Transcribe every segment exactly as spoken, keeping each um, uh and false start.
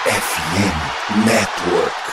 F M Network.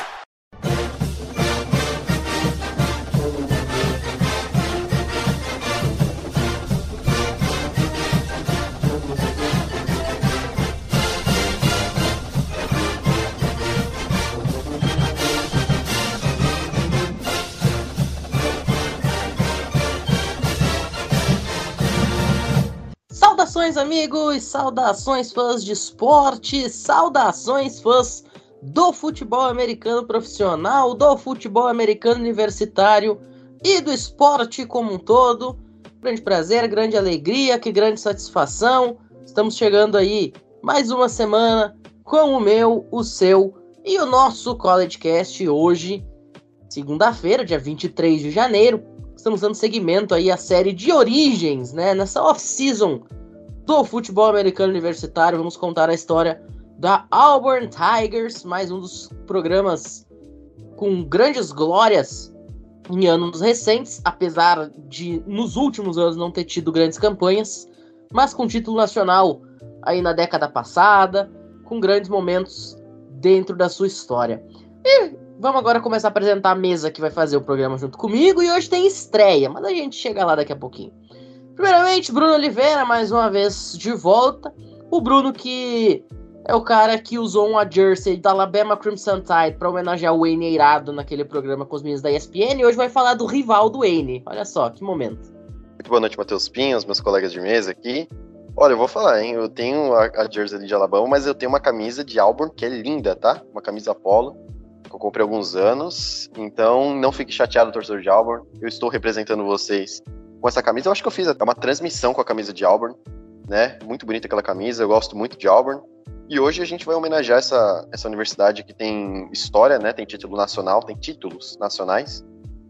Saudações, amigos, saudações fãs de esporte, saudações fãs do futebol americano profissional, do futebol americano universitário e do esporte como um todo. Grande prazer, grande alegria, que grande satisfação. Estamos chegando aí mais uma semana com o meu, o seu e o nosso CollegeCast hoje, segunda-feira, dia vinte e três de janeiro. Estamos dando seguimento aí à série de origens, né, nessa off-season do futebol americano universitário. Vamos contar a história da Auburn Tigers, mais um dos programas com grandes glórias em anos recentes, apesar de nos últimos anos não ter tido grandes campanhas, mas com título nacional aí na década passada, com grandes momentos dentro da sua história. E vamos agora começar a apresentar a mesa que vai fazer o programa junto comigo, e hoje tem estreia, mas a gente chega lá daqui a pouquinho. Primeiramente, Bruno Oliveira, mais uma vez de volta. O Bruno, que é o cara que usou uma jersey da Alabama Crimson Tide para homenagear o Wayne Eirado naquele programa com os meninos da E S P N, e hoje vai falar do rival do Wayne. Olha só, que momento. Muito boa noite, Matheus Pinhos, meus colegas de mesa aqui. Olha, eu vou falar, hein, eu tenho a, a jersey de Alabama, mas eu tenho uma camisa de Auburn que é linda, tá? Uma camisa polo, que eu comprei há alguns anos, então não fique chateado, torcedor de Auburn. Eu estou representando vocês com essa camisa. Eu acho que eu fiz até uma transmissão com a camisa de Auburn, né? Muito bonita aquela camisa, eu gosto muito de Auburn. E hoje a gente vai homenagear essa, essa universidade que tem história, né? Tem título nacional, tem títulos nacionais.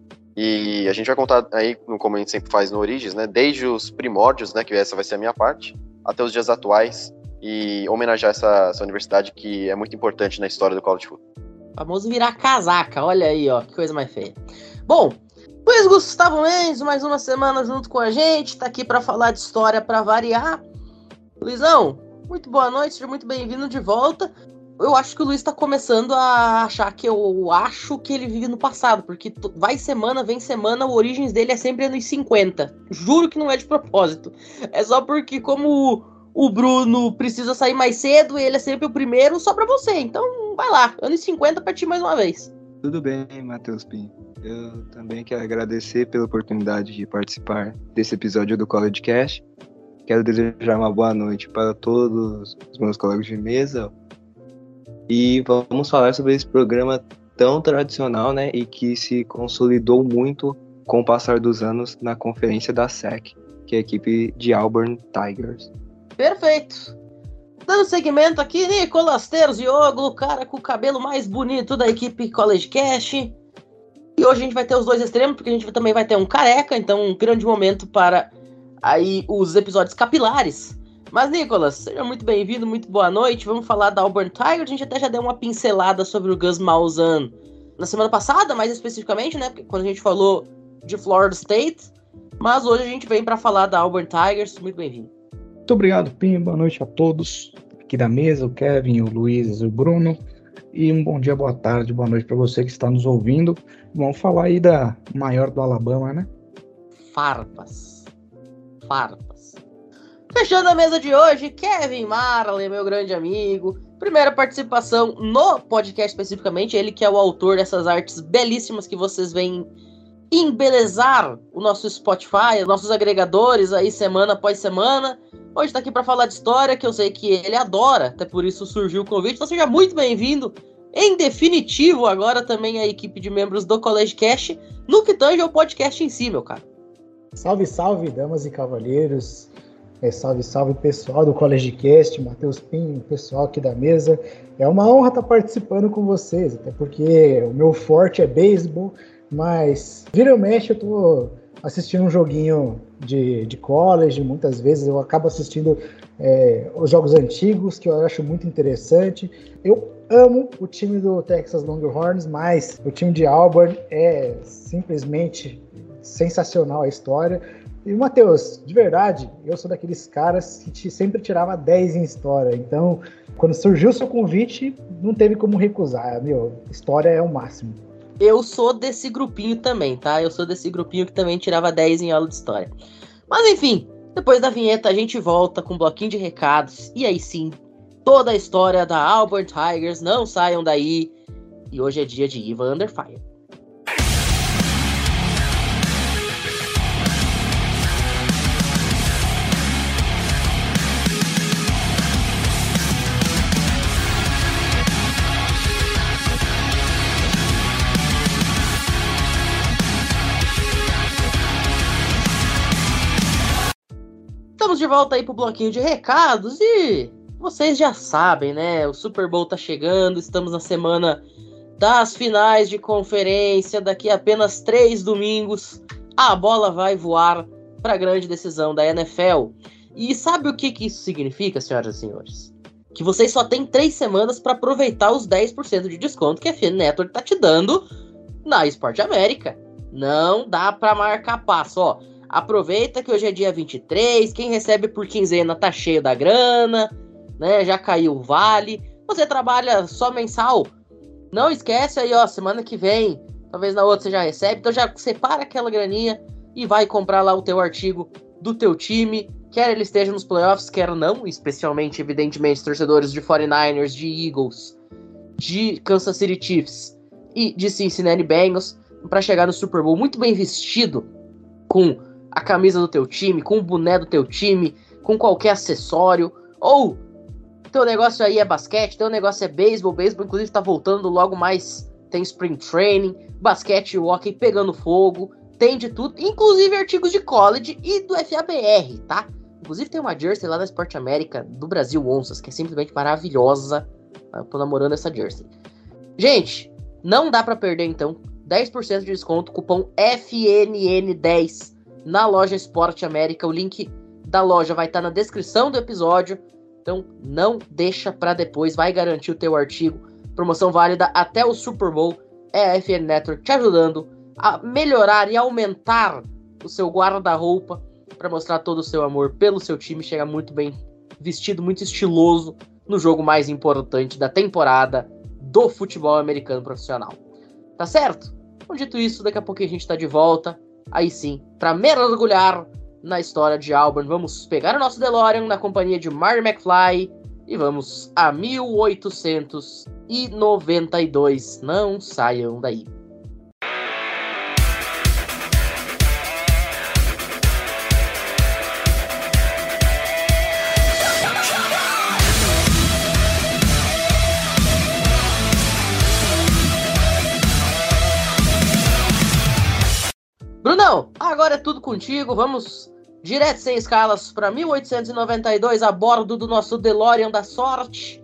E a gente vai contar aí, como a gente sempre faz no Origens, né? Desde os primórdios, né? Que essa vai ser a minha parte, até os dias atuais. E homenagear essa, essa universidade que é muito importante na história do college football. O famoso virar casaca, olha aí, ó, que coisa mais feia. Bom, Luiz Gustavo Mendes, mais uma semana junto com a gente, tá aqui para falar de história para variar. Luizão, muito boa noite, seja muito bem-vindo de volta. Eu acho que o Luiz tá começando a achar que eu acho que ele vive no passado, porque vai semana, vem semana, o Origens dele é sempre anos cinquenta. Juro que não é de propósito. É só porque como o Bruno precisa sair mais cedo, ele é sempre o primeiro, só pra você. Então vai lá, anos cinquenta pra ti mais uma vez. Tudo bem, Matheus Pinho. Eu também quero agradecer pela oportunidade de participar desse episódio do CollegeCast. Quero desejar uma boa noite para todos os meus colegas de mesa. E vamos falar sobre esse programa tão tradicional, né, e que se consolidou muito com o passar dos anos na conferência da S E C, que é a equipe de Auburn Tigers. Perfeito! Dando segmento aqui, Nicolas Terzioglu, o cara com o cabelo mais bonito da equipe CollegeCast. E hoje a gente vai ter os dois extremos, porque a gente também vai ter um careca, então um grande momento para aí os episódios capilares. Mas, Nicolas, seja muito bem-vindo, muito boa noite. Vamos falar da Auburn Tigers. A gente até já deu uma pincelada sobre o Gus Malzahn na semana passada, mais especificamente, né? Quando a gente falou de Florida State. Mas hoje a gente vem para falar da Auburn Tigers. Muito bem-vindo. Muito obrigado, Pinho. Boa noite a todos aqui da mesa, o Kevin, o Luiz, o Bruno. E um bom dia, boa tarde, boa noite para você que está nos ouvindo. Vamos falar aí da maior do Alabama, né? Farpas. Farpas. Fechando a mesa de hoje, Kevin Marley, meu grande amigo. Primeira participação no podcast especificamente, ele que é o autor dessas artes belíssimas que vocês veem embelezar o nosso Spotify, nossos agregadores aí semana após semana. Hoje está aqui para falar de história, que eu sei que ele adora, até por isso surgiu o convite. Então seja muito bem-vindo, em definitivo, agora também a equipe de membros do CollegeCast, no que tange ao podcast em si, meu cara. Salve, salve, damas e cavalheiros. É, salve, salve, pessoal do CollegeCast, Matheus Pinho, pessoal aqui da mesa. É uma honra estar participando com vocês, até porque o meu forte é beisebol, mas vira ou mexe eu tô assistindo um joguinho de, de college, muitas vezes eu acabo assistindo é, os jogos antigos, que eu acho muito interessante. Eu amo o time do Texas Longhorns, mas o time de Auburn é simplesmente sensacional a história. E, Matheus, de verdade, eu sou daqueles caras que te, sempre tirava dez em história. Então, quando surgiu o seu convite, não teve como recusar. Meu, história é o máximo. Eu sou desse grupinho também, tá? Eu sou desse grupinho que também tirava dez em aula de história. Mas enfim, depois da vinheta a gente volta com um bloquinho de recados. E aí sim, toda a história da Auburn Tigers, não saiam daí. E hoje é dia de Ivan Under Fire. Estamos de volta aí pro bloquinho de recados e vocês já sabem, né? O Super Bowl tá chegando, estamos na semana das finais de conferência, daqui a apenas três domingos a bola vai voar para a grande decisão da N F L. E sabe o que, que isso significa, senhoras e senhores? Que vocês só têm três semanas para aproveitar os dez por cento de desconto que a F N Network tá te dando na Esporte América. Não dá para marcar passo, ó. Aproveita que hoje é dia vinte e três, quem recebe por quinzena tá cheio da grana, né? Já caiu o vale. Você trabalha só mensal? Não esquece aí, ó, semana que vem, talvez na outra você já recebe, então já separa aquela graninha e vai comprar lá o teu artigo do teu time, quer ele esteja nos playoffs, quer não, especialmente, evidentemente, torcedores de forty-niners, de Eagles, de Kansas City Chiefs e de Cincinnati Bengals, para chegar no Super Bowl muito bem vestido, com a camisa do teu time, com o boné do teu time, com qualquer acessório, ou teu negócio aí é basquete, teu negócio é beisebol, beisebol inclusive tá voltando logo mais, tem spring training, basquete e hockey pegando fogo, tem de tudo, inclusive artigos de college e do F A B R, tá? Inclusive tem uma jersey lá da Esporte América do Brasil Onças, que é simplesmente maravilhosa, eu tô namorando essa jersey. Gente, não dá pra perder então, dez por cento de desconto, cupom F N N dez na loja Esporte América, o link da loja vai estar na descrição do episódio, então não deixa pra depois, vai garantir o teu artigo, promoção válida até o Super Bowl, é a F N Network te ajudando a melhorar e aumentar o seu guarda-roupa para mostrar todo o seu amor pelo seu time, chega muito bem vestido, muito estiloso no jogo mais importante da temporada do futebol americano profissional. Tá certo? Então, dito isso, daqui a pouquinho a gente tá de volta, aí sim, para mergulhar na história de Auburn. Vamos pegar o nosso DeLorean na companhia de Marty McFly e vamos a mil oitocentos e noventa e dois. Não saiam daí. Brunão, agora é tudo contigo, vamos direto sem escalas para mil oitocentos e noventa e dois a bordo do nosso DeLorean da sorte.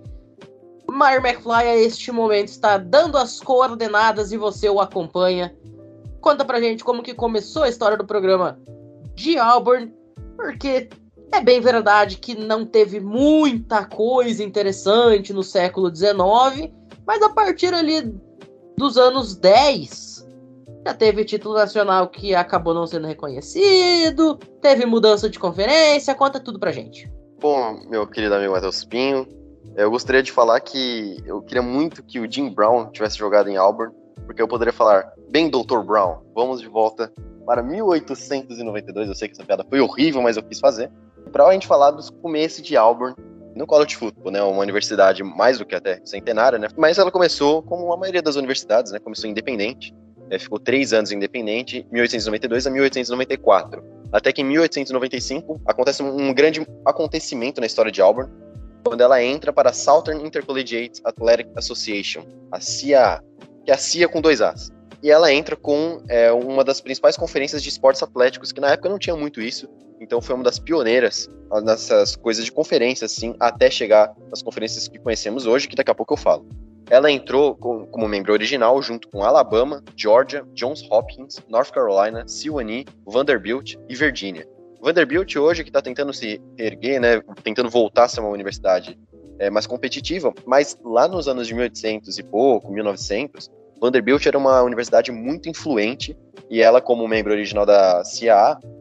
Marty McFly a este momento está dando as coordenadas e você o acompanha. Conta pra gente como que começou a história do programa de Auburn, porque é bem verdade que não teve muita coisa interessante no século dezenove, mas a partir ali dos anos dez... já teve título nacional que acabou não sendo reconhecido, teve mudança de conferência, conta tudo pra gente. Bom, meu querido amigo Matheus Pinho, eu gostaria de falar que eu queria muito que o Jim Brown tivesse jogado em Auburn, porque eu poderia falar, bem, doutor Brown, vamos de volta para mil oitocentos e noventa e dois, eu sei que essa piada foi horrível, mas eu quis fazer, para a gente falar dos começos de Auburn no college football, né, uma universidade mais do que até centenária, né, mas ela começou como a maioria das universidades, né, começou independente. É, ficou três anos independente, mil oitocentos e noventa e dois a mil oitocentos e noventa e quatro. Até que em mil oitocentos e noventa e cinco acontece um grande acontecimento na história de Auburn, quando ela entra para a Southern Intercollegiate Athletic Association, a C I A, que é a C I A com dois As. E ela entra com é, uma das principais conferências de esportes atléticos, que na época não tinha muito isso, então foi uma das pioneiras nessas coisas de conferências, assim, até chegar nas conferências que conhecemos hoje, que daqui a pouco eu falo. Ela entrou com, como membro original junto com Alabama, Georgia, Johns Hopkins, North Carolina, C U N E, Vanderbilt e Virginia. Vanderbilt hoje que está tentando se erguer, né, tentando voltar a ser uma universidade é, mais competitiva, mas lá nos anos de mil e oitocentos e pouco, mil e novecentos, Vanderbilt era uma universidade muito influente e ela, como membro original da C I A,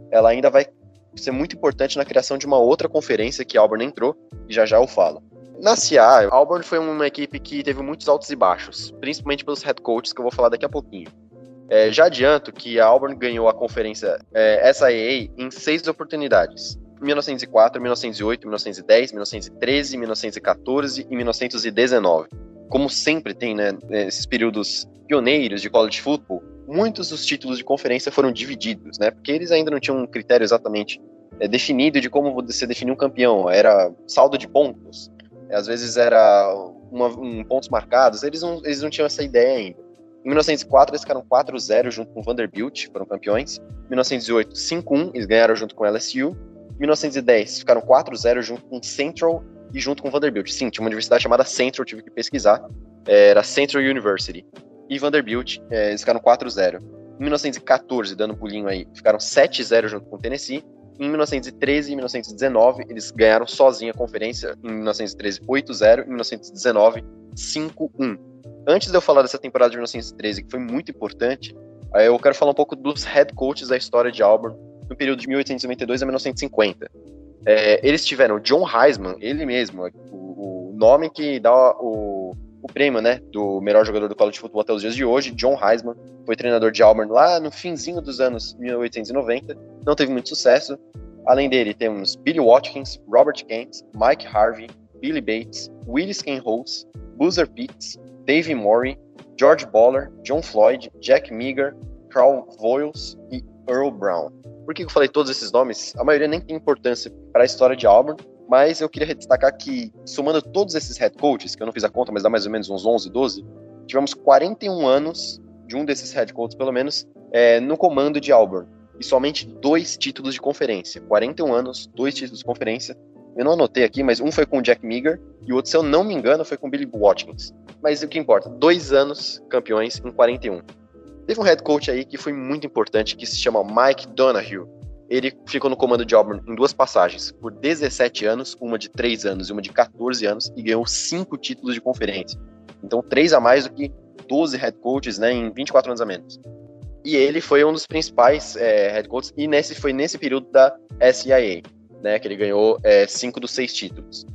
ela ainda vai ser muito importante na criação de uma outra conferência que a Auburn entrou, e já já eu falo. Na C A, a Auburn foi uma equipe que teve muitos altos e baixos, principalmente pelos head coaches, que eu vou falar daqui a pouquinho. É, já adianto que a Auburn ganhou a conferência é, S I A em seis oportunidades. mil novecentos e quatro, mil novecentos e oito, mil novecentos e dez, mil novecentos e treze, mil novecentos e quatorze e mil novecentos e dezenove. Como sempre tem, né, esses períodos pioneiros de college football, muitos dos títulos de conferência foram divididos, né, porque eles ainda não tinham um critério exatamente é, definido de como você definir um campeão. Era saldo de pontos, às vezes era uma, um pontos marcados, eles não, eles não tinham essa ideia ainda. Em mil novecentos e quatro eles ficaram quatro a zero junto com Vanderbilt, foram campeões. Em mil novecentos e oito, cinco a um, eles ganharam junto com L S U. Em mil novecentos e dez ficaram quatro a zero junto com Central e junto com Vanderbilt. Sim, tinha uma universidade chamada Central, tive que pesquisar. Era Central University. E Vanderbilt, é, eles ficaram quatro a zero. Em mil novecentos e quatorze, dando um pulinho aí, ficaram sete a zero junto com Tennessee. Em mil novecentos e treze e mil novecentos e dezenove, eles ganharam sozinho a conferência. Em mil novecentos e treze, oito a zero. Em mil novecentos e dezenove, cinco a um. Antes de eu falar dessa temporada de mil novecentos e treze, que foi muito importante, eu quero falar um pouco dos head coaches da história de Auburn no período de mil oitocentos e noventa e dois a mil novecentos e cinquenta. É, eles tiveram John Heisman, ele mesmo, o, o nome que dá o, o prêmio, né, do melhor jogador do college football até os dias de hoje. John Heisman foi treinador de Auburn lá no finzinho dos anos mil oitocentos e noventa, não teve muito sucesso. Além dele, temos Billy Watkins, Robert Kent, Mike Harvey, Billy Bates, Willis Kenholz, Boozer Pitts, Dave Morey, George Boller, John Floyd, Jack Meagher, Carl Voiles e Earl Brown. Por que eu falei todos esses nomes? A maioria nem tem importância para a história de Auburn, mas eu queria destacar que, somando todos esses head coaches, que eu não fiz a conta, mas dá mais ou menos uns onze, doze, tivemos quarenta e um anos de um desses head coaches, pelo menos, é, no comando de Auburn. E somente dois títulos de conferência. quarenta e um anos, dois títulos de conferência. Eu não anotei aqui, mas um foi com o Jack Meagher e o outro, se eu não me engano, foi com o Billy Watkins. Mas o que importa, dois anos campeões em quarenta e um. Teve um head coach aí que foi muito importante, que se chama Mike Donahue. Ele ficou no comando de Auburn em duas passagens, por dezessete anos, uma de três anos e uma de quatorze anos, e ganhou cinco títulos de conferência. Então, três a mais do que doze head coaches, né, em vinte e quatro anos a menos. E ele foi um dos principais é, head coaches, e nesse, foi nesse período da S I A. Né, que ele ganhou é, cinco dos seis títulos.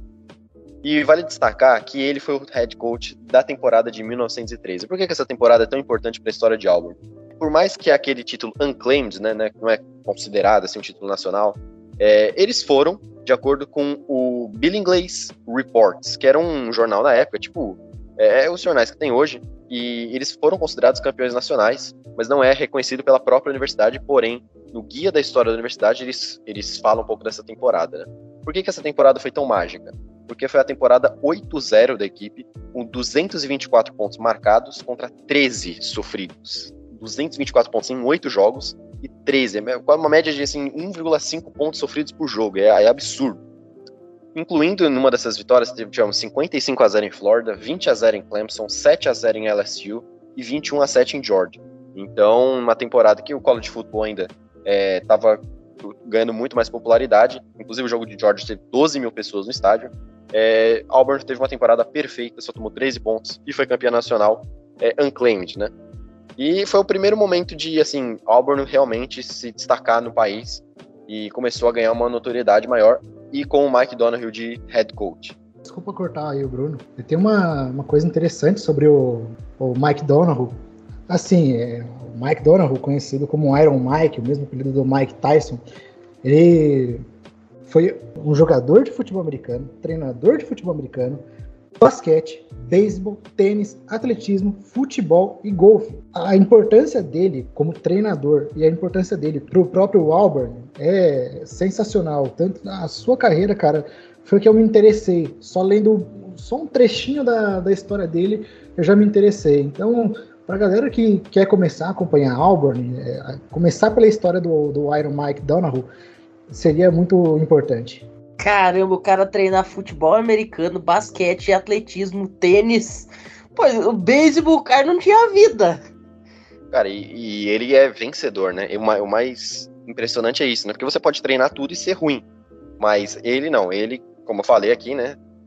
E vale destacar que ele foi o head coach da temporada de mil novecentos e treze. Por que, que essa temporada é tão importante para a história de Auburn? Por mais que aquele título unclaimed, né, né, não é considerado assim, um título nacional, é, eles foram de acordo com o Billingsley Reports, que era um jornal na época, tipo é, os jornais que tem hoje, e eles foram considerados campeões nacionais, mas não é reconhecido pela própria universidade, porém, no guia da história da universidade, eles, eles falam um pouco dessa temporada, né? Por que, que essa temporada foi tão mágica? Porque foi a temporada oito a zero da equipe, com duzentos e vinte e quatro pontos marcados contra treze sofridos. duzentos e vinte e quatro pontos em oito jogos e treze, uma média de assim, um vírgula cinco pontos sofridos por jogo, é, é absurdo. Incluindo numa dessas vitórias, tivemos cinquenta e cinco a zero em Florida, vinte a zero em Clemson, sete a zero em L S U e vinte e um a sete em Georgia. Então, uma temporada que o college football ainda estava é, ganhando muito mais popularidade. Inclusive, o jogo de Georgia teve doze mil pessoas no estádio. É, Auburn teve uma temporada perfeita, só tomou treze pontos e foi campeã nacional é, unclaimed, né? E foi o primeiro momento de, assim, Auburn realmente se destacar no país e começou a ganhar uma notoriedade maior, e com o Mike Donahue de head coach. Desculpa cortar aí o Bruno. Tem uma, uma coisa interessante sobre o, o Mike Donahue. Assim, é, o Mike Donahue, conhecido como Iron Mike, o mesmo apelido do Mike Tyson, ele foi um jogador de futebol americano, treinador de futebol americano, basquete, beisebol, tênis, atletismo, futebol e golfe. A importância dele como treinador e a importância dele para o próprio Auburn é sensacional. Tanto a sua carreira, cara, foi que eu me interessei. Só lendo só um trechinho da, da história dele, eu já me interessei. Então, para a galera que quer começar a acompanhar Auburn, é, começar pela história do, do Iron Mike Donahue, seria muito importante. Caramba, o cara treinar futebol americano, basquete, atletismo, tênis. Pô, o beisebol, o cara não tinha vida. Cara, e, e ele é vencedor, né? E o, o mais impressionante é isso, né? Porque você pode treinar tudo e ser ruim. Mas ele não, ele, como eu falei aqui, né?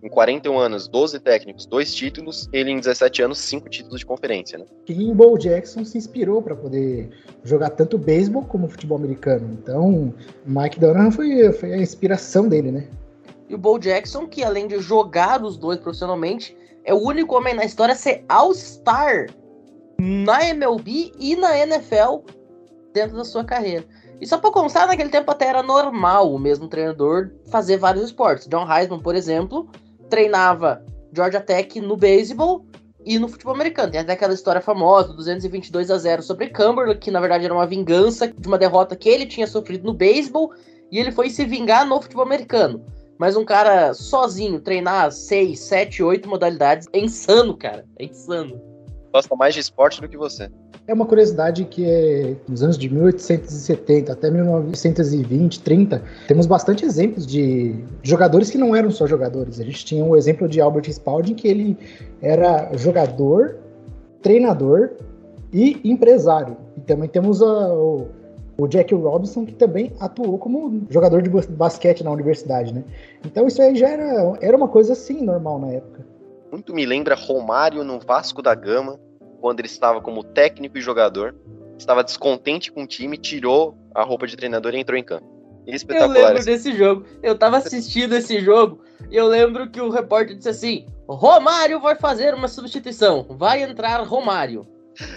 em quarenta e um anos, doze técnicos, dois títulos, ele em dezessete anos, cinco títulos de conferência, né? E Bo Jackson se inspirou para poder jogar tanto beisebol como futebol americano. Então, Mike Donovan foi, foi a inspiração dele, né? E o Bo Jackson, que além de jogar os dois profissionalmente, é o único homem na história a ser All-Star na M L B e na N F L dentro da sua carreira. E só pra constar, naquele tempo até era normal o mesmo treinador fazer vários esportes. John Heisman, por exemplo, treinava Georgia Tech no beisebol e no futebol americano. Tem até aquela história famosa, duzentos e vinte e dois a zero sobre Cumberland, que na verdade era uma vingança de uma derrota que ele tinha sofrido no beisebol, e ele foi se vingar no futebol americano. Mas um cara sozinho treinar seis, sete, oito modalidades é insano, cara. É insano. Gosta mais de esporte do que você. É uma curiosidade que é, nos anos de mil oitocentos e setenta até mil novecentos e vinte, trinta, temos bastante exemplos de jogadores que não eram só jogadores. A gente tinha um exemplo de Albert Spalding, que ele era jogador, treinador e empresário. E também temos a, o, o Jackie Robinson, que também atuou como jogador de basquete na universidade, né? Então isso aí já era, era uma coisa assim normal na época. Muito me lembra Romário no Vasco da Gama, quando ele estava como técnico e jogador, estava descontente com o time, tirou a roupa de treinador e entrou em campo. Espetacular. Eu lembro desse jogo. Eu tava assistindo esse jogo e eu lembro que o repórter disse assim: Romário vai fazer uma substituição, vai entrar Romário.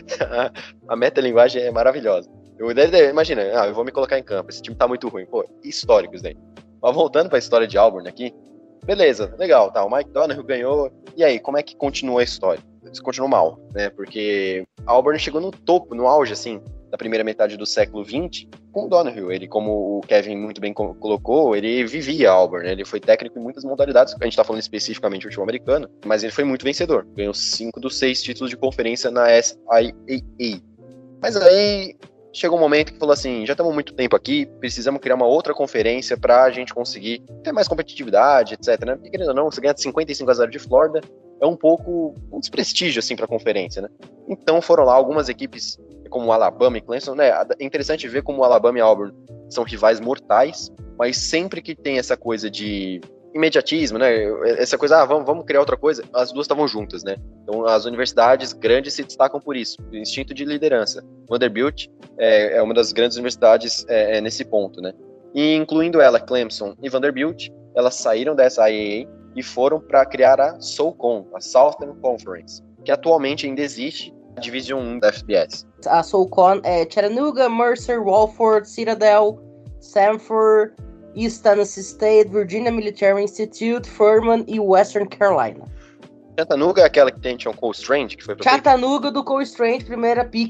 A metalinguagem é maravilhosa. Eu, imagina, ah, eu vou me colocar em campo, esse time tá muito ruim. Pô, históricos daí. Mas voltando para a história de Auburn aqui, beleza, legal, tá, o Mike Donovan ganhou, e aí, como é que continua a história? Isso continuou mal, né, porque Auburn chegou no topo, no auge, assim, da primeira metade do século vinte, com o Donovan. Ele, como o Kevin muito bem colocou, ele vivia Auburn, né? Ele foi técnico em muitas modalidades, a gente tá falando especificamente do futebol americano, mas ele foi muito vencedor, ganhou cinco dos seis títulos de conferência na S I A A. Mas aí chegou um momento que falou assim, já estamos muito tempo aqui, precisamos criar uma outra conferência pra gente conseguir ter mais competitividade, etc, né? Porque, querendo ou não, você ganha de cinquenta e cinco a zero de Flórida, é um pouco um desprestígio, assim, pra conferência, né? Então foram lá algumas equipes, como Alabama e Clemson, né? É interessante ver como Alabama e Auburn são rivais mortais, mas sempre que tem essa coisa de imediatismo, né? Essa coisa, ah, vamos, vamos criar outra coisa, as duas estavam juntas, né? Então as universidades grandes se destacam por isso, o instinto de liderança. Vanderbilt é, é uma das grandes universidades é, é nesse ponto, né? E incluindo ela, Clemson e Vanderbilt, elas saíram da S I A A e foram para criar a SoCon, a Southern Conference, que atualmente ainda existe, a Division um da F B S. A SoCon é Chattanooga, Mercer, Wofford, Citadel, Samford, East Tennessee State, Virginia Military Institute, Furman e Western Carolina. Chattanooga é aquela que tem, tinha um Cole Strange, que foi pra Chattanooga do Cole Strange, primeira pick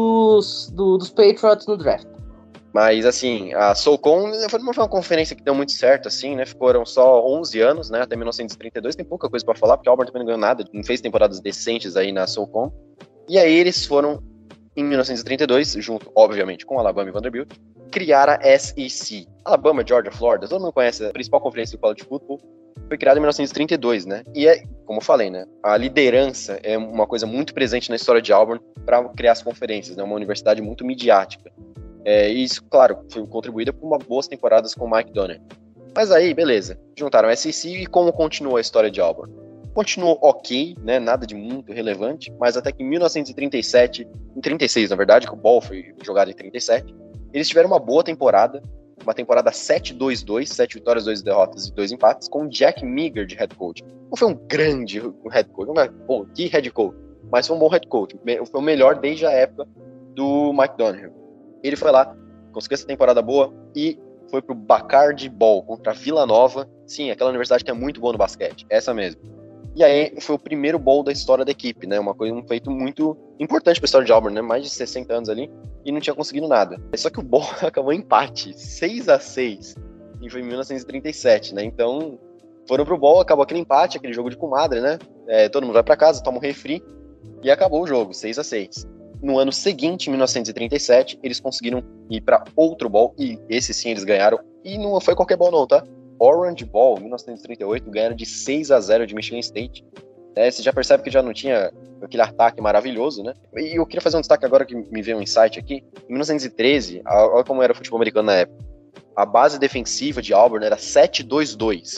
dos, do, dos Patriots no draft. Mas, assim, a SoCon foi uma conferência que deu muito certo, assim, né? Foram só onze anos, né? Até mil novecentos e trinta e dois, tem pouca coisa pra falar, porque o Auburn também não ganhou nada, não fez temporadas decentes aí na SoCon. E aí eles foram, em mil novecentos e trinta e dois, junto, obviamente, com Alabama e Vanderbilt, criar a S E C. Alabama, Georgia, Florida, todo mundo conhece a principal conferência do college football, foi criada em mil novecentos e trinta e dois, né? E é, como eu falei, né? A liderança é uma coisa muito presente na história de Auburn para criar as conferências, né? Uma universidade muito midiática. É, e isso, claro, foi contribuída por uma boas temporadas com o Mike Donovan. Mas aí, beleza, juntaram a S E C e como continuou a história de Auburn? Continuou ok, né, nada de muito relevante, mas até que em mil novecentos e trinta e sete, em trinta e seis na verdade, que o Ball foi jogado em trinta e sete, eles tiveram uma boa temporada, uma temporada sete dois dois, sete vitórias, dois derrotas e dois empates, com o Jack Meagher de head coach. Não foi um grande head coach, não é, pô, que head coach, mas foi um bom head coach, foi o melhor desde a época do Mike Donovan. Ele foi lá, conseguiu essa temporada boa e foi pro Bacardi Bowl contra a Vila Nova. Sim, aquela universidade que é muito boa no basquete, essa mesmo. E aí foi o primeiro bowl da história da equipe, né? Uma coisa, um feito muito importante pra história de Auburn, né? Mais de sessenta anos ali e não tinha conseguido nada. Só que o bowl acabou em empate, seis a seis, e foi em mil novecentos e trinta e sete, né? Então foram pro bowl, acabou aquele empate, aquele jogo de comadre, né? É, todo mundo vai pra casa, toma um refri e acabou o jogo, seis a seis. No ano seguinte, em mil novecentos e trinta e sete, eles conseguiram ir para outro bowl, e esse sim eles ganharam, e não foi qualquer bowl não, tá? Orange Bowl, mil novecentos e trinta e oito, ganharam de seis a zero de Michigan State. É, você já percebe que já não tinha aquele ataque maravilhoso, né? E eu queria fazer um destaque agora que me veio um insight aqui. Em mil novecentos e treze, olha como era o futebol americano na época. A base defensiva de Auburn era sete dois dois.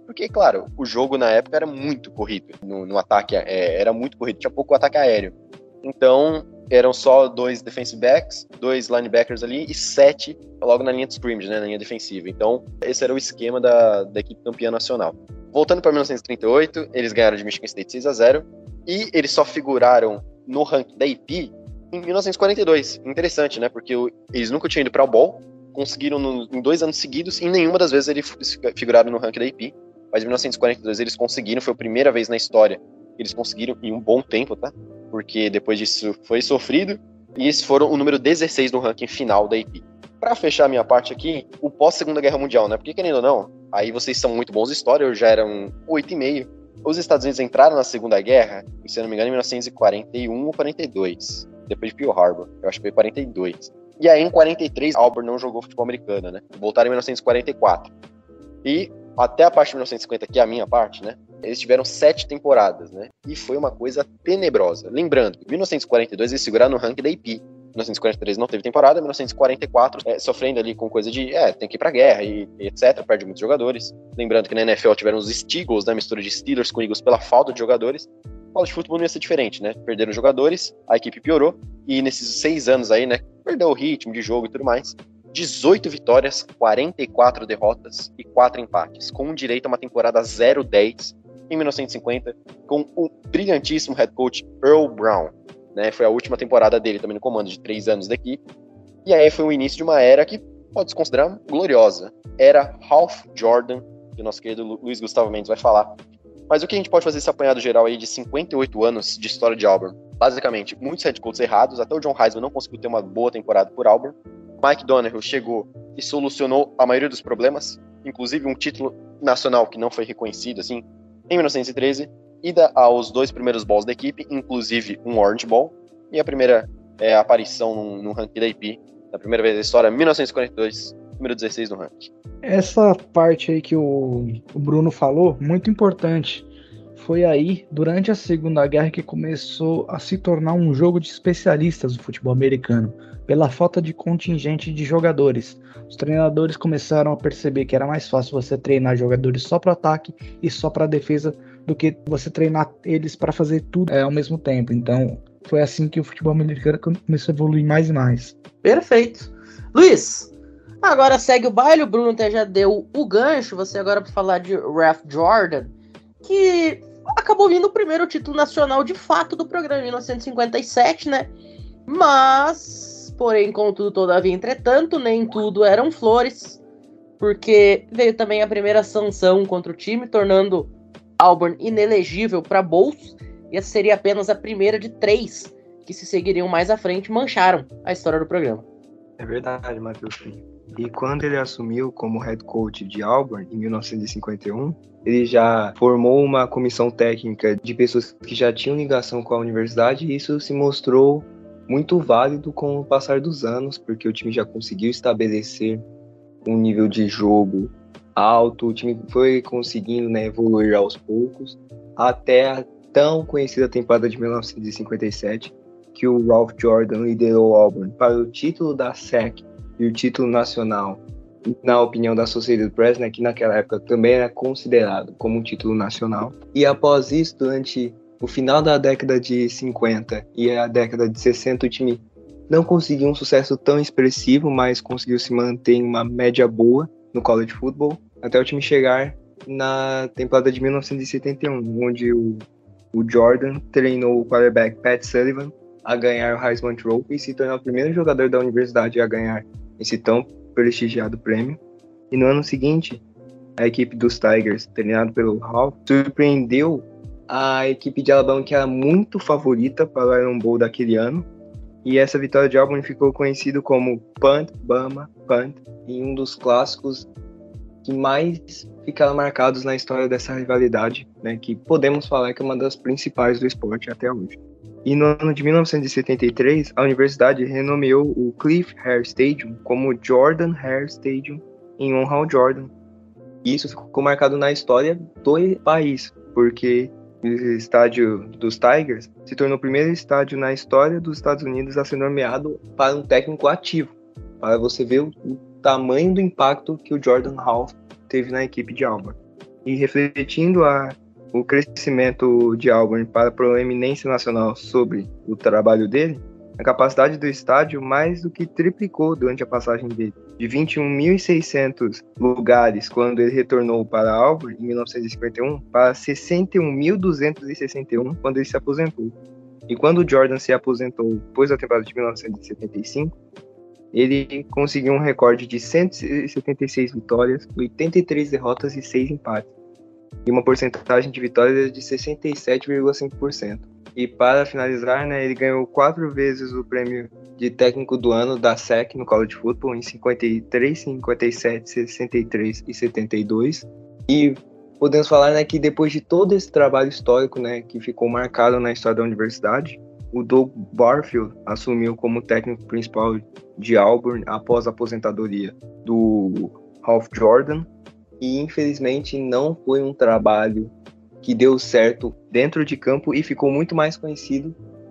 Porque, claro, o jogo na época era muito corrido, no, no ataque, é, era muito corrido, tinha pouco ataque aéreo. Então, eram só dois defensive backs, dois linebackers ali e sete logo na linha de scrimmage, né, na linha defensiva. Então, esse era o esquema da, da equipe campeã nacional. Voltando para mil novecentos e trinta e oito, eles ganharam de Michigan State seis a zero e eles só figuraram no ranking da A P em mil novecentos e quarenta e dois. Interessante, né, porque eles nunca tinham ido para o Bowl, conseguiram no, em dois anos seguidos e nenhuma das vezes eles figuraram no ranking da A P. Mas em mil novecentos e quarenta e dois eles conseguiram, foi a primeira vez na história que eles conseguiram em um bom tempo, tá? Porque depois disso foi sofrido, e eles foram o número dezesseis no ranking final da A P. Pra fechar a minha parte aqui, o pós-Segunda Guerra Mundial, né? Porque, querendo ou não, aí vocês são muito bons de história, eu já era um oito e meio. Os Estados Unidos entraram na Segunda Guerra, se eu não me engano, em mil novecentos e quarenta e um ou quarenta e dois, depois de Pearl Harbor, eu acho que foi quarenta e dois. E aí, em quarenta e três, Auburn não jogou futebol americano, né? Voltaram em mil novecentos e quarenta e quatro. E até a parte de mil novecentos e cinquenta, que é a minha parte, né? Eles tiveram sete temporadas, né? E foi uma coisa tenebrosa. Lembrando, em mil novecentos e quarenta e dois eles seguraram no ranking da A P. Em mil novecentos e quarenta e três não teve temporada, em mil novecentos e quarenta e quatro é, sofrendo ali com coisa de, é, tem que ir pra guerra e, e etcétera. Perde muitos jogadores. Lembrando que na N F L tiveram os Steagles, né? Mistura de Steelers com Eagles pela falta de jogadores. O college football não ia ser diferente, né? Perderam jogadores, a equipe piorou. E nesses seis anos aí, né? Perdeu o ritmo de jogo e tudo mais. dezoito vitórias, quarenta e quatro derrotas e quatro empates, com direito a uma temporada zero dez em mil novecentos e cinquenta, com o brilhantíssimo head coach Earl Brown, né? Foi a última temporada dele também no comando de três anos da equipe. E aí foi o início de uma era que pode se considerar gloriosa. Era Ralph Jordan, que o nosso querido Luiz Gustavo Mendes vai falar. Mas o que a gente pode fazer esse apanhado geral aí de cinquenta e oito anos de história de Auburn? Basicamente, muitos head coaches errados, até o John Heisman não conseguiu ter uma boa temporada por Auburn. Mike Donohue chegou e solucionou a maioria dos problemas, inclusive um título nacional que não foi reconhecido, assim, em mil novecentos e treze, ida aos dois primeiros balls da equipe, inclusive um Orange Bowl, e a primeira é, aparição no, no ranking da A P, na primeira vez da história, mil novecentos e quarenta e dois, número dezesseis no ranking. Essa parte aí que o, o Bruno falou, muito importante. Foi aí, durante a Segunda Guerra, que começou a se tornar um jogo de especialistas do futebol americano, pela falta de contingente de jogadores. Os treinadores começaram a perceber que era mais fácil você treinar jogadores só para ataque e só para defesa do que você treinar eles para fazer tudo é, ao mesmo tempo. Então, foi assim que o futebol americano começou a evoluir mais e mais. Perfeito. Luiz, agora segue o baile. O Bruno até já deu o gancho. Você agora para falar de Ralph Jordan, que acabou vindo o primeiro título nacional de fato do programa em mil novecentos e cinquenta e sete, né? Mas, porém, contudo, todavia, entretanto, nem tudo eram flores, porque veio também a primeira sanção contra o time, tornando Auburn inelegível para bowls, e essa seria apenas a primeira de três que se seguiriam mais à frente, mancharam a história do programa. É verdade, Matheus. E quando ele assumiu como head coach de Auburn, em mil novecentos e cinquenta e um, ele já formou uma comissão técnica de pessoas que já tinham ligação com a universidade, e isso se mostrou muito válido com o passar dos anos, porque o time já conseguiu estabelecer um nível de jogo alto, o time foi conseguindo, né, evoluir aos poucos, até a tão conhecida temporada de mil novecentos e cinquenta e sete, que o Ralph Jordan liderou o Auburn para o título da S E C e o título nacional, na opinião da Associated Press, né, que naquela época também era considerado como um título nacional. E após isso, durante o final da década de cinquenta e a década de sessenta, o time não conseguiu um sucesso tão expressivo, mas conseguiu se manter em uma média boa no college football, até o time chegar na temporada de mil novecentos e setenta e um, onde o, o Jordan treinou o quarterback Pat Sullivan a ganhar o Heisman Trophy e se tornou o primeiro jogador da universidade a ganhar esse tão prestigiado prêmio. E no ano seguinte, a equipe dos Tigers, treinada pelo Ralph, surpreendeu a equipe de Alabama, que era muito favorita para o Iron Bowl daquele ano. E essa vitória de Auburn ficou conhecido como Punt, Bama, Punt, e um dos clássicos que mais ficaram marcados na história dessa rivalidade, né, que podemos falar que é uma das principais do esporte até hoje. E no ano de mil novecentos e setenta e três, a universidade renomeou o Cliff Hair Stadium como Jordan Hair Stadium, em honra ao Jordan. E isso ficou marcado na história do país, porque o estádio dos Tigers se tornou o primeiro estádio na história dos Estados Unidos a ser nomeado para um técnico ativo, para você ver o tamanho do impacto que o Jordan Ralph teve na equipe de Auburn. E refletindo a, o crescimento de Auburn para a proeminência nacional sobre o trabalho dele, a capacidade do estádio mais do que triplicou durante a passagem dele, de vinte e um mil e seiscentos lugares quando ele retornou para Auburn, em mil novecentos e cinquenta e um, para sessenta e um mil duzentos e sessenta e um quando ele se aposentou. E quando o Jordan se aposentou depois da temporada de mil novecentos e setenta e cinco, ele conseguiu um recorde de cento e setenta e seis vitórias, oitenta e três derrotas e seis empates, e uma porcentagem de vitórias de sessenta e sete vírgula cinco por cento. E para finalizar, né, ele ganhou quatro vezes o prêmio de técnico do ano da S E C no college football, em cinquenta e três, cinquenta e sete, sessenta e três e setenta e dois. E podemos falar, né, que depois de todo esse trabalho histórico, né, que ficou marcado na história da universidade, o Doug Barfield assumiu como técnico principal de Auburn após a aposentadoria do Ralph Jordan. E infelizmente não foi um trabalho que deu certo dentro de campo e ficou muito mais conhecido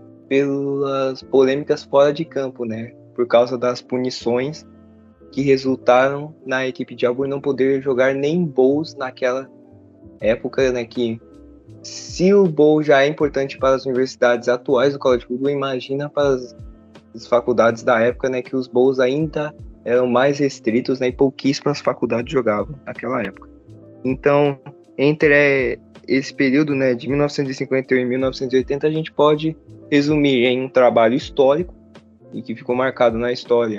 pelas polêmicas fora de campo, né? Por causa das punições que resultaram na equipe de Auburn não poder jogar nem bowls naquela época, né? Que se o bowl já é importante para as universidades atuais do college football, imagina para as, as faculdades da época, né? Que os bowls ainda eram mais restritos, né? E pouquíssimas faculdades jogavam naquela época. Então, entre esse período, né, de mil novecentos e cinquenta e um e mil novecentos e oitenta, a gente pode resumir em um trabalho histórico e que ficou marcado na história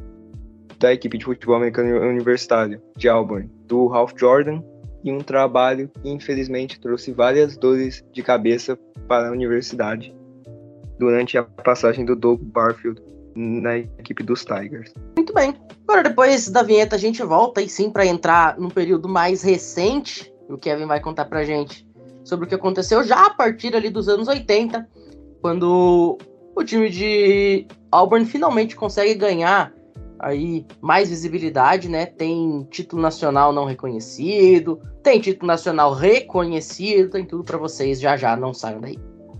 da equipe de futebol americano universitário de Auburn, do Ralph Jordan, e um trabalho que infelizmente trouxe várias dores de cabeça para a universidade durante a passagem do Doug Barfield na equipe dos Tigers. Muito bem. Agora, depois da vinheta, a gente volta aí sim para entrar num período mais recente. O Kevin vai contar pra gente sobre o que aconteceu já a partir ali dos anos oitenta, quando o time de Auburn finalmente consegue ganhar aí mais visibilidade, né? Tem título nacional não reconhecido, tem título nacional reconhecido, tem tudo pra vocês já já, não saiam daí.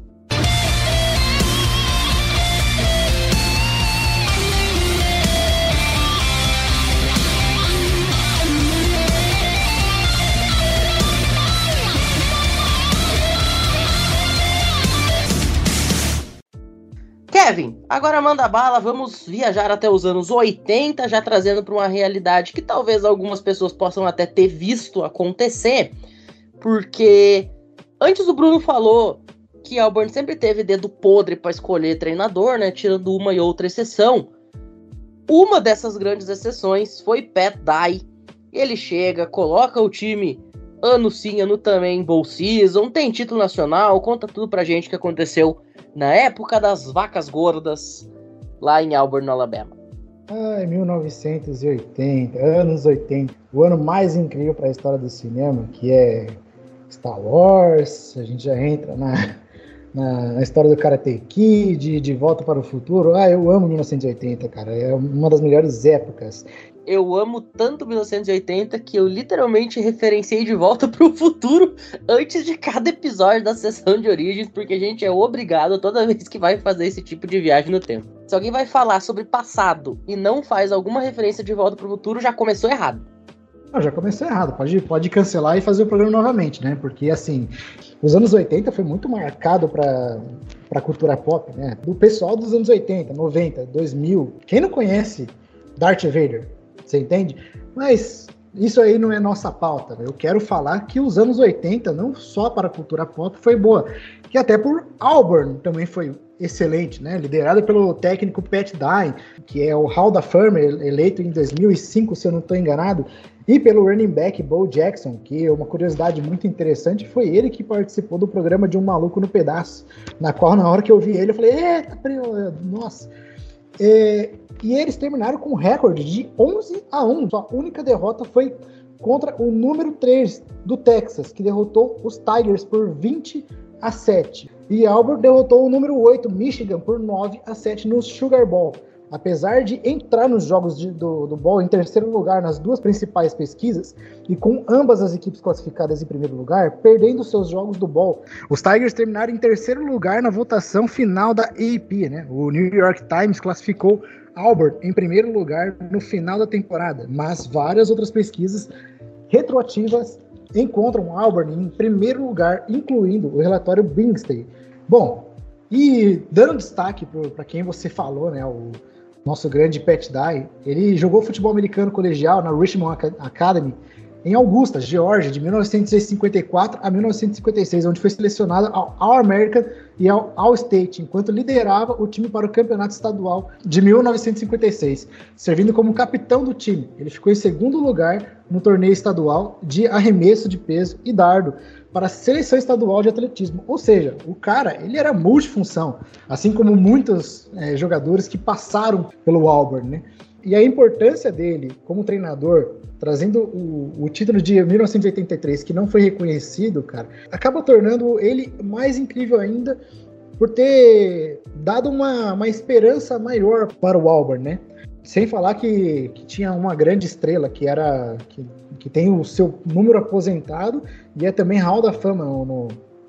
Kevin, agora manda bala, vamos viajar até os anos oitenta, já trazendo para uma realidade que talvez algumas pessoas possam até ter visto acontecer, porque antes o Bruno falou que Auburn sempre teve dedo podre para escolher treinador, né, tirando uma e outra exceção. Uma dessas grandes exceções foi Pat Dye. Ele chega, coloca o time ano sim, ano também, bowl season, tem título nacional, conta tudo pra gente que aconteceu na época das vacas gordas, lá em Auburn, no Alabama. Ai, mil novecentos e oitenta, anos oitenta, o ano mais incrível para a história do cinema, que é Star Wars, a gente já entra na, na, na história do Karate Kid, De Volta para o Futuro. Ah, eu amo mil novecentos e oitenta, cara, é uma das melhores épocas. Eu amo tanto mil novecentos e oitenta que eu literalmente referenciei De Volta para o Futuro antes de cada episódio da sessão de origens, porque a gente é obrigado toda vez que vai fazer esse tipo de viagem no tempo. Se alguém vai falar sobre passado e não faz alguma referência de Volta para o Futuro, já começou errado. Não, já começou errado, pode, pode cancelar e fazer o programa novamente, né? Porque, assim, os anos oitenta foi muito marcado para a cultura pop, né? Do pessoal dos anos oitenta, noventa, dois mil. Quem não conhece Darth Vader? Você entende? Mas isso aí não é nossa pauta. Eu quero falar que os anos oitenta, não só para a cultura pop, foi boa. Que até por Auburn também foi excelente, né? Liderada pelo técnico Pat Dye, que é o Hall da Fama, eleito em dois mil e cinco, se eu não estou enganado, e pelo running back Bo Jackson, que é uma curiosidade muito interessante, foi ele que participou do programa de Um Maluco no Pedaço, na qual, na hora que eu vi ele, eu falei, eita, nossa... É, e eles terminaram com um recorde de onze a um. Sua única derrota foi contra o número três do Texas, que derrotou os Tigers por vinte a sete. E Auburn derrotou o número oito, Michigan, por nove a sete no Sugar Bowl. Apesar de entrar nos jogos de, do, do Bowl em terceiro lugar nas duas principais pesquisas, e com ambas as equipes classificadas em primeiro lugar, perdendo seus jogos do Bowl, os Tigers terminaram em terceiro lugar na votação final da A P, né? O New York Times classificou Auburn em primeiro lugar no final da temporada, mas várias outras pesquisas retroativas encontram Auburn em primeiro lugar, incluindo o relatório Bingstein. Bom, e dando destaque para quem você falou, né, o nosso grande Pat Dye, ele jogou futebol americano colegial na Richmond Academy em Augusta, Geórgia, de mil novecentos e cinquenta e quatro a mil novecentos e cinquenta e seis, onde foi selecionado ao All-American e ao All-State, enquanto liderava o time para o campeonato estadual de mil novecentos e cinquenta e seis, servindo como capitão do time. Ele ficou em segundo lugar no torneio estadual de arremesso de peso e dardo para a seleção estadual de atletismo. Ou seja, o cara, ele era multifunção, assim como muitos é, jogadores que passaram pelo Auburn, né? E a importância dele como treinador, trazendo o, o título de mil novecentos e oitenta e três, que não foi reconhecido, cara, acaba tornando ele mais incrível ainda por ter dado uma, uma esperança maior para o Auburn, né? Sem falar que, que tinha uma grande estrela, que era que, que tem o seu número aposentado e é também Hall da Fama no, no,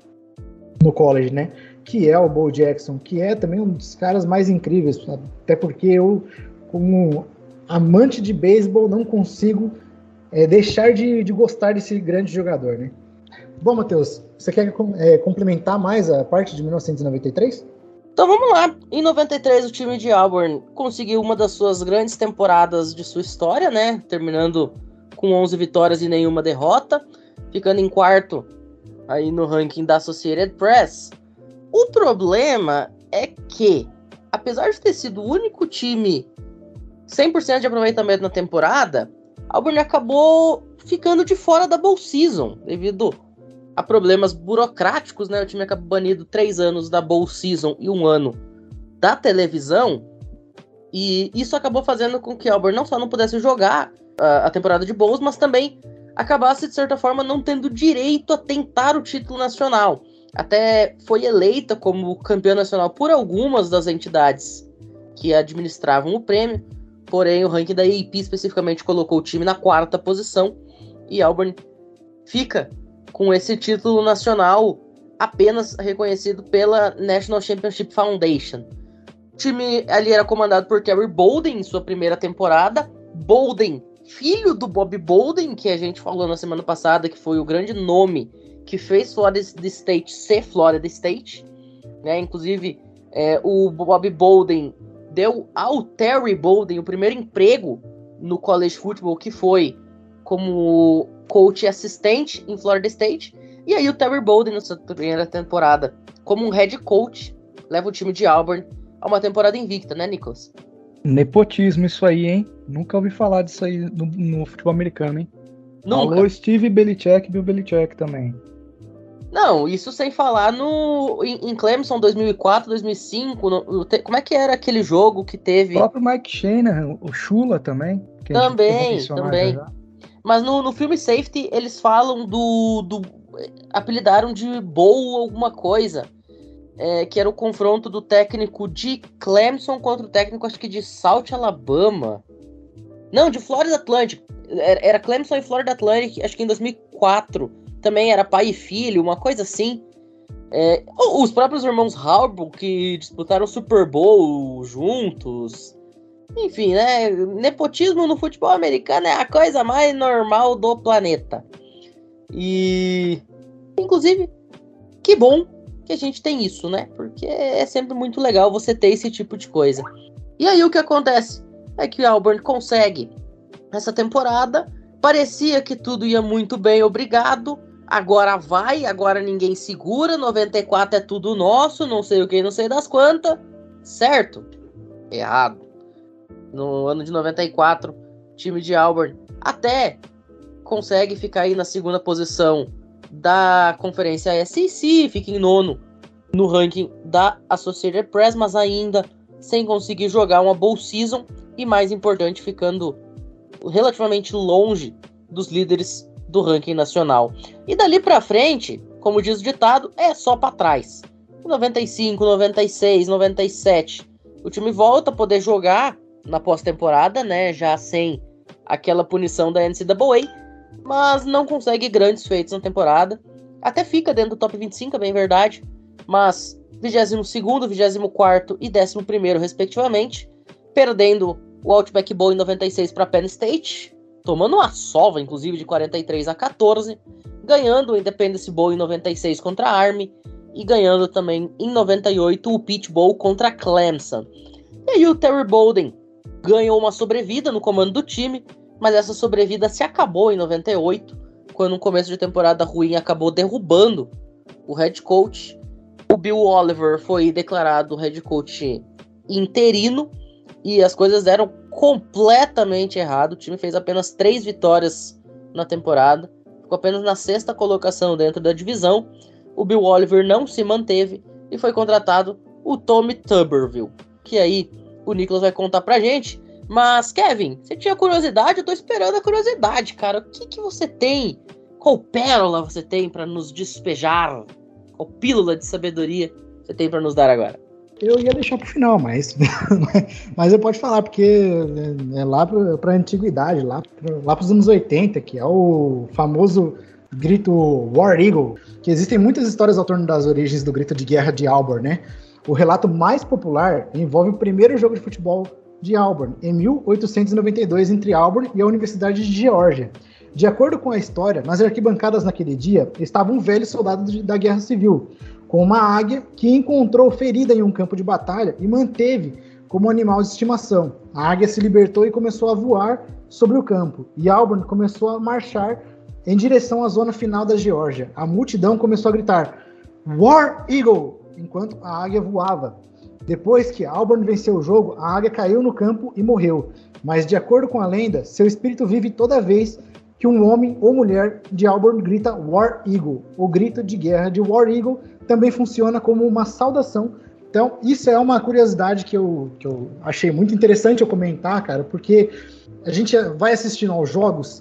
no college, né? Que é o Bo Jackson, que é também um dos caras mais incríveis, até porque eu, como amante de beisebol, não consigo é, deixar de, de gostar desse grande jogador, né? Bom, Matheus, você quer é, complementar mais a parte de mil novecentos e noventa e três? Então vamos lá. Em noventa e três, o time de Auburn conseguiu uma das suas grandes temporadas de sua história, né? Terminando com onze vitórias e nenhuma derrota, ficando em quarto aí no ranking da Associated Press. O problema é que, apesar de ter sido o único time cem por cento de aproveitamento na temporada, Auburn acabou ficando de fora da Bowl Season, devido a problemas burocráticos, né? O time acabou banido três anos da Bowl Season e um ano da televisão, e isso acabou fazendo com que Auburn não só não pudesse jogar a, a temporada de Bowls, mas também acabasse, de certa forma, não tendo direito a tentar o título nacional. Até foi eleita como campeã nacional por algumas das entidades que administravam o prêmio, porém o ranking da A P especificamente colocou o time na quarta posição, e Auburn fica com esse título nacional apenas reconhecido pela National Championship Foundation. O time ali era comandado por Terry Bolden em sua primeira temporada. Bolden, filho do Bob Bolden, que a gente falou na semana passada, que foi o grande nome que fez Florida State ser Florida State, né? Inclusive, é, o Bob Bolden deu ao Terry Bolden o primeiro emprego no college football, que foi como coach assistente em Florida State. E aí o Terry Bolden, na sua primeira temporada, como um head coach, leva o time de Auburn a uma temporada invicta, né, Nicholas? Nepotismo isso aí, hein? Nunca ouvi falar disso aí no, no futebol americano, hein? Nunca. Alô, Steve Belichick e Bill Belichick também. Não, isso sem falar no em, em Clemson dois mil e quatro, dois mil e cinco, no, no, te, como é que era aquele jogo que teve... O próprio Mike Shanahan, o Shula também. Que também, também. Já. Mas no, no filme Safety, eles falam do, do... apelidaram de Bowl alguma coisa, é, que era o confronto do técnico de Clemson contra o técnico, acho que de South Alabama. Não, de Florida Atlantic. Era, era Clemson e Florida Atlantic, acho que em dois mil e quatro. Também era pai e filho, uma coisa assim. É, os próprios irmãos Harbaugh, que disputaram o Super Bowl juntos. Enfim, né? Nepotismo no futebol americano é a coisa mais normal do planeta. E, inclusive, que bom que a gente tem isso, né? Porque é sempre muito legal você ter esse tipo de coisa. E aí o que acontece é que o Auburn consegue essa temporada. Parecia que tudo ia muito bem, obrigado. Agora vai, agora ninguém segura. noventa e quatro é tudo nosso, não sei o que, não sei das quantas. Certo? Errado. No ano de noventa e quatro, o time de Auburn até consegue ficar aí na segunda posição da conferência S E C, fica em nono no ranking da Associated Press, mas ainda sem conseguir jogar uma bowl season e, mais importante, ficando relativamente longe dos líderes do ranking nacional. E dali pra frente, como diz o ditado, é só pra trás. Em noventa e cinco, noventa e seis, noventa e sete, o time volta a poder jogar na pós-temporada, né, já sem aquela punição da N C A A, mas não consegue grandes feitos na temporada. Até fica dentro do top vinte e cinco, é bem verdade, mas vigésimo segundo, vigésimo quarto e décimo primeiro, respectivamente, perdendo o Outback Bowl em noventa e seis para Penn State, tomando uma sova, inclusive, de quarenta e três a quatorze, ganhando o Independence Bowl em noventa e seis contra a Army e ganhando também em noventa e oito o Peach Bowl contra a Clemson. E aí o Terry Bolden ganhou uma sobrevida no comando do time, mas essa sobrevida se acabou em noventa e oito, quando um começo de temporada ruim acabou derrubando o head coach. O Bill Oliver foi declarado head coach interino e as coisas deram completamente errado. O time fez apenas três vitórias na temporada, ficou apenas na sexta colocação dentro da divisão. O Bill Oliver não se manteve e foi contratado o Tommy Tuberville, que aí o Nicolas vai contar pra gente. Mas, Kevin, você tinha curiosidade? Eu tô esperando a curiosidade, cara. O que, que você tem? Qual pérola você tem pra nos despejar? Qual pílula de sabedoria você tem pra nos dar agora? Eu ia deixar pro final, mas, mas eu posso falar, porque é, é lá pra, pra antiguidade, lá, pra, lá pros anos oitenta, que é o famoso grito War Eagle, que existem muitas histórias ao torno das origens do grito de guerra de Auburn, né? O relato mais popular envolve o primeiro jogo de futebol de Auburn, em mil oitocentos e noventa e dois, entre Auburn e a Universidade de Geórgia. De acordo com a história, nas arquibancadas naquele dia estava um velho soldado de, da Guerra Civil, com uma águia que encontrou ferida em um campo de batalha e manteve como animal de estimação. A águia se libertou e começou a voar sobre o campo, e Auburn começou a marchar em direção à zona final da Geórgia. A multidão começou a gritar War Eagle, enquanto a águia voava. Depois que Auburn venceu o jogo, a águia caiu no campo e morreu. Mas, de acordo com a lenda, seu espírito vive toda vez que um homem ou mulher de Auburn grita War Eagle. O grito de guerra de War Eagle também funciona como uma saudação. Então, isso é uma curiosidade que eu, que eu achei muito interessante eu comentar, cara, porque a gente vai assistindo aos jogos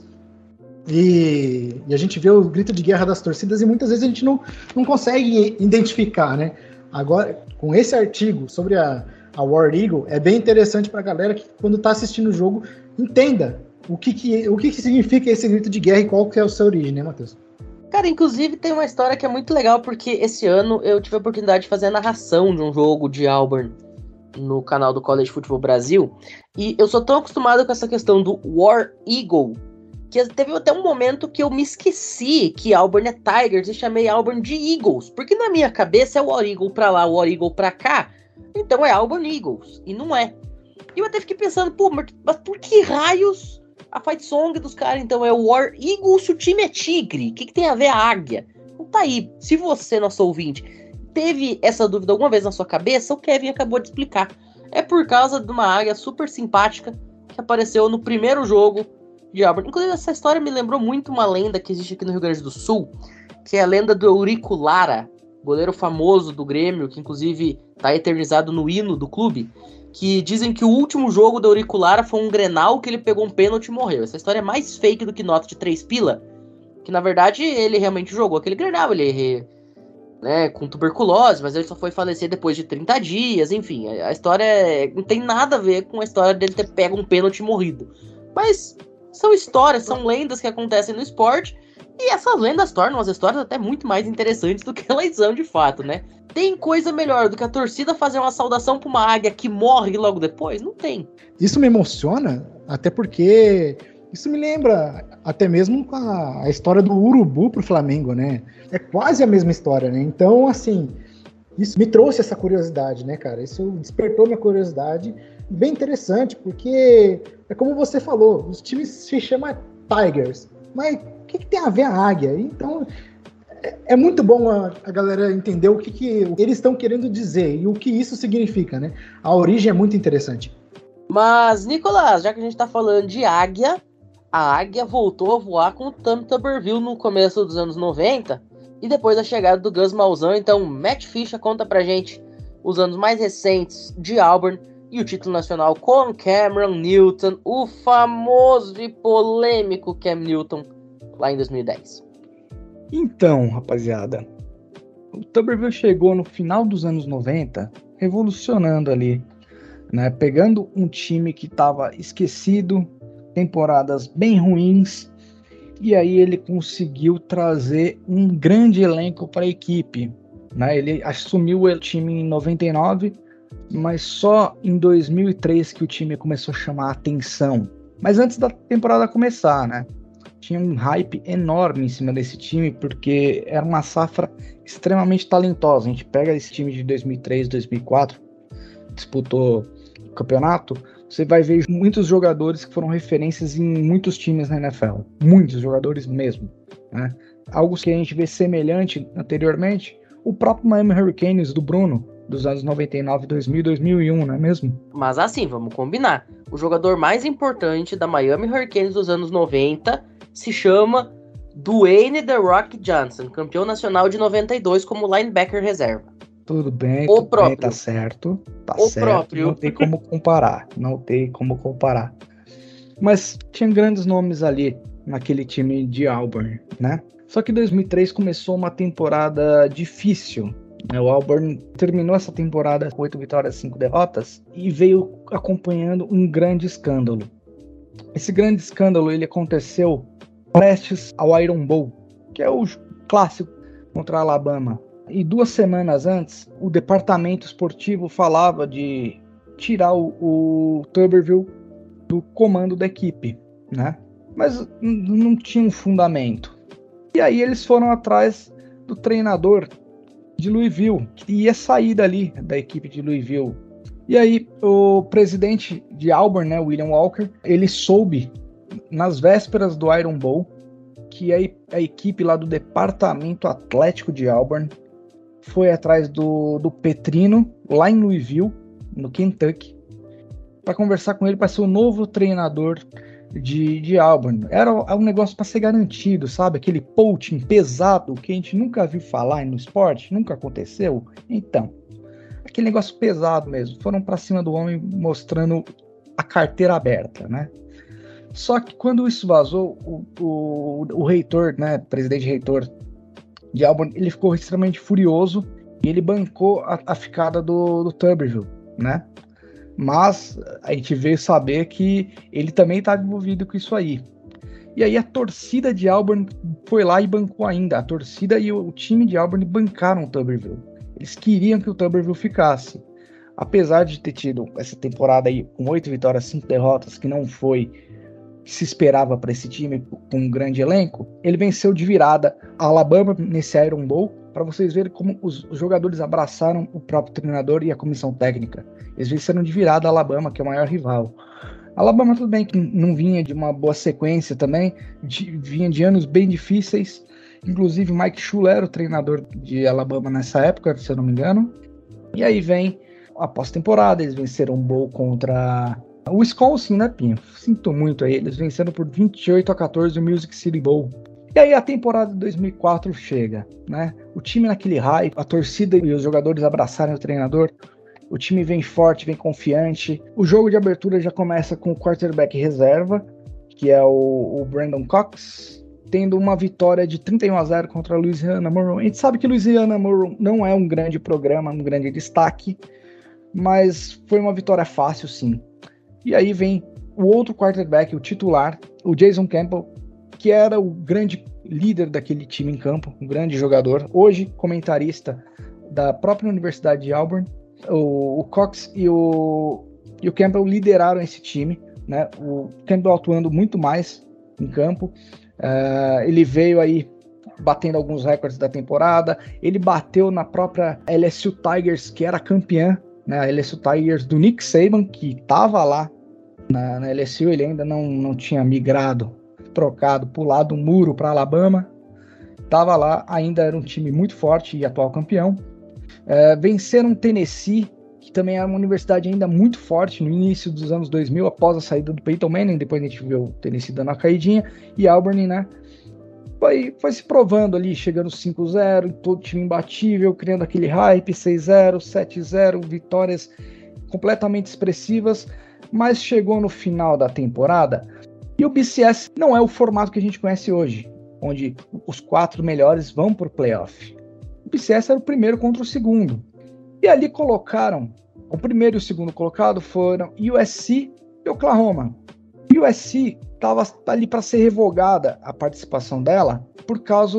e, e a gente vê o grito de guerra das torcidas e muitas vezes a gente não, não consegue identificar, né? Agora, com esse artigo sobre a, a War Eagle, é bem interessante para a galera que, quando está assistindo o jogo, entenda o que, que, o que, que significa esse grito de guerra e qual que é a sua origem, né, Matheus? Cara, inclusive tem uma história que é muito legal, porque esse ano eu tive a oportunidade de fazer a narração de um jogo de Auburn no canal do College Football Brasil, e eu sou tão acostumado com essa questão do War Eagle, que teve até um momento que eu me esqueci que Auburn é Tigers e chamei Auburn de Eagles, porque na minha cabeça é o War Eagle pra lá, o War Eagle pra cá, então é Auburn Eagles, e não é. E eu até fiquei pensando, pô, mas, mas por que raios a fight song dos caras então é o War Eagle se o time é tigre? O que, que tem a ver a águia? Então tá aí, se você, nosso ouvinte, teve essa dúvida alguma vez na sua cabeça, o Kevin acabou de explicar. É por causa de uma águia super simpática que apareceu no primeiro jogo de Auburn. Inclusive, essa história me lembrou muito uma lenda que existe aqui no Rio Grande do Sul, que é a lenda do Eurico Lara, goleiro famoso do Grêmio, que inclusive está eternizado no hino do clube, que dizem que o último jogo do Eurico Lara foi um Grenal que ele pegou um pênalti e morreu. Essa história é mais fake do que nota de três pila, que na verdade ele realmente jogou aquele Grenal, ele né, com tuberculose, mas ele só foi falecer depois de trinta dias, enfim, a história é, não tem nada a ver com a história dele ter pego um pênalti e morrido. Mas são histórias, são lendas que acontecem no esporte, e essas lendas tornam as histórias até muito mais interessantes do que elas são de fato, né? Tem coisa melhor do que a torcida fazer uma saudação pra uma águia que morre logo depois? Não tem. Isso me emociona, até porque isso me lembra até mesmo a, a história do Urubu pro Flamengo, né? É quase a mesma história, né? Então, assim, isso me trouxe essa curiosidade, né, cara? Isso despertou minha curiosidade. Bem interessante, porque é como você falou, os times se chamam Tigers, mas o que, que tem a ver a águia? Então, é, é muito bom a, a galera entender o que, que eles estão querendo dizer e o que isso significa, né? A origem é muito interessante. Mas, Nicolas, já que a gente tá falando de águia, a águia voltou a voar com o Tommy Tuberville no começo dos anos noventa, e depois da chegada do Gus Malzahn. Então, Matt Fisher conta pra gente os anos mais recentes de Auburn e o título nacional com Cameron Newton, o famoso e polêmico Cam Newton, lá em dois mil e dez. Então, rapaziada, o Tuberville chegou no final dos anos noventa, revolucionando ali, né? Pegando um time que estava esquecido, temporadas bem ruins, e aí ele conseguiu trazer um grande elenco para a equipe, né? Ele assumiu o time em noventa e nove, mas só em dois mil e três que o time começou a chamar a atenção. Mas antes da temporada começar, né? tinha um hype enorme em cima desse time, porque era uma safra extremamente talentosa. A gente pega esse time de dois mil e três, dois mil e quatro, disputou o campeonato, você vai ver muitos jogadores que foram referências em muitos times na N F L. Muitos jogadores mesmo, né? Algo que a gente vê semelhante anteriormente, o próprio Miami Hurricanes do Bruno, dos anos noventa e nove, dois mil, dois mil e um, não é mesmo? Mas assim, vamos combinar. O jogador mais importante da Miami Hurricanes dos anos noventa se chama Dwayne The Rock Johnson, campeão nacional de noventa e dois como linebacker reserva. Tudo bem, O tudo próprio. bem, tá certo. Tá O certo, próprio. não tem como comparar. Não tem como comparar. Mas tinha grandes nomes ali naquele time de Auburn, né? Só que dois mil e três começou uma temporada difícil. O Auburn terminou essa temporada com oito vitórias e cinco derrotas e veio acompanhando um grande escândalo. Esse grande escândalo ele aconteceu prestes ao Iron Bowl, que é o clássico contra a Alabama. E duas semanas antes, o departamento esportivo falava de tirar o, o Tuberville do comando da equipe, né? Mas n- não tinha um fundamento. E aí eles foram atrás do treinador de Louisville, que ia sair dali, da equipe de Louisville. E aí o presidente de Auburn, né, William Walker, ele soube, nas vésperas do Iron Bowl, que a, a equipe lá do departamento atlético de Auburn foi atrás do, do Petrino, lá em Louisville, no Kentucky, para conversar com ele para ser o novo treinador de, de Auburn. Era um negócio para ser garantido, sabe? Aquele poaching pesado que a gente nunca viu falar no esporte, nunca aconteceu. Então, aquele negócio pesado mesmo. Foram para cima do homem mostrando a carteira aberta, né? Só que quando isso vazou, o, o, o reitor, né, presidente reitor de Auburn, ele ficou extremamente furioso e ele bancou a, a ficada do, do Tuberville, né? Mas a gente veio saber que ele também estava envolvido com isso aí. E aí a torcida de Auburn foi lá e bancou ainda. A torcida e o, o time de Auburn bancaram o Tuberville. Eles queriam que o Tuberville ficasse. Apesar de ter tido essa temporada aí com oito vitórias, cinco derrotas, que não foi que se esperava para esse time com um grande elenco, ele venceu de virada a Alabama nesse Iron Bowl, para vocês verem como os, os jogadores abraçaram o próprio treinador e a comissão técnica. Eles venceram de virada a Alabama, que é o maior rival. A Alabama, tudo bem que não vinha de uma boa sequência também, de, vinha de anos bem difíceis, inclusive Mike Shula era o treinador de Alabama nessa época, se eu não me engano. E aí vem a pós-temporada, eles venceram um bowl contra o Wisconsin, né, Pinho? Sinto muito aí, eles venceram por vinte e oito a quatorze o Music City Bowl. E aí a temporada de dois mil e quatro chega, né? O time naquele hype, a torcida e os jogadores abraçarem o treinador, o time vem forte, vem confiante. O jogo de abertura já começa com o quarterback reserva, que é o, o Brandon Cox, tendo uma vitória de trinta e um a zero contra a Louisiana Monroe. A gente sabe que Louisiana Monroe não é um grande programa, um grande destaque, mas foi uma vitória fácil, sim. E aí vem o outro quarterback, o titular, o Jason Campbell, que era o grande líder daquele time em campo, um grande jogador, hoje comentarista da própria Universidade de Auburn. O, o Cox e o, e o Campbell lideraram esse time, né? O Campbell atuando muito mais em campo. Uh, ele veio aí batendo alguns recordes da temporada. Ele bateu na própria L S U Tigers, que era campeã, né? A L S U Tigers do Nick Saban, que estava lá na, na L S U. Ele ainda não, não tinha migrado, trocado, pulado um muro para Alabama. Estava lá, ainda era um time muito forte e atual campeão. Uh, venceram Tennessee, que também era uma universidade ainda muito forte no início dos anos dois mil, após a saída do Peyton Manning. Depois a gente viu o Tennessee dando uma caidinha, e Auburn, né, foi, foi se provando ali, chegando cinco a zero, todo time imbatível, criando aquele hype, seis a zero, sete a zero, vitórias completamente expressivas, mas chegou no final da temporada, e o B C S não é o formato que a gente conhece hoje, onde os quatro melhores vão para o playoff. O B C S era o primeiro contra o segundo. E ali colocaram, o primeiro e o segundo colocado foram U S C e Oklahoma. U S C estava ali para ser revogada a participação dela por causa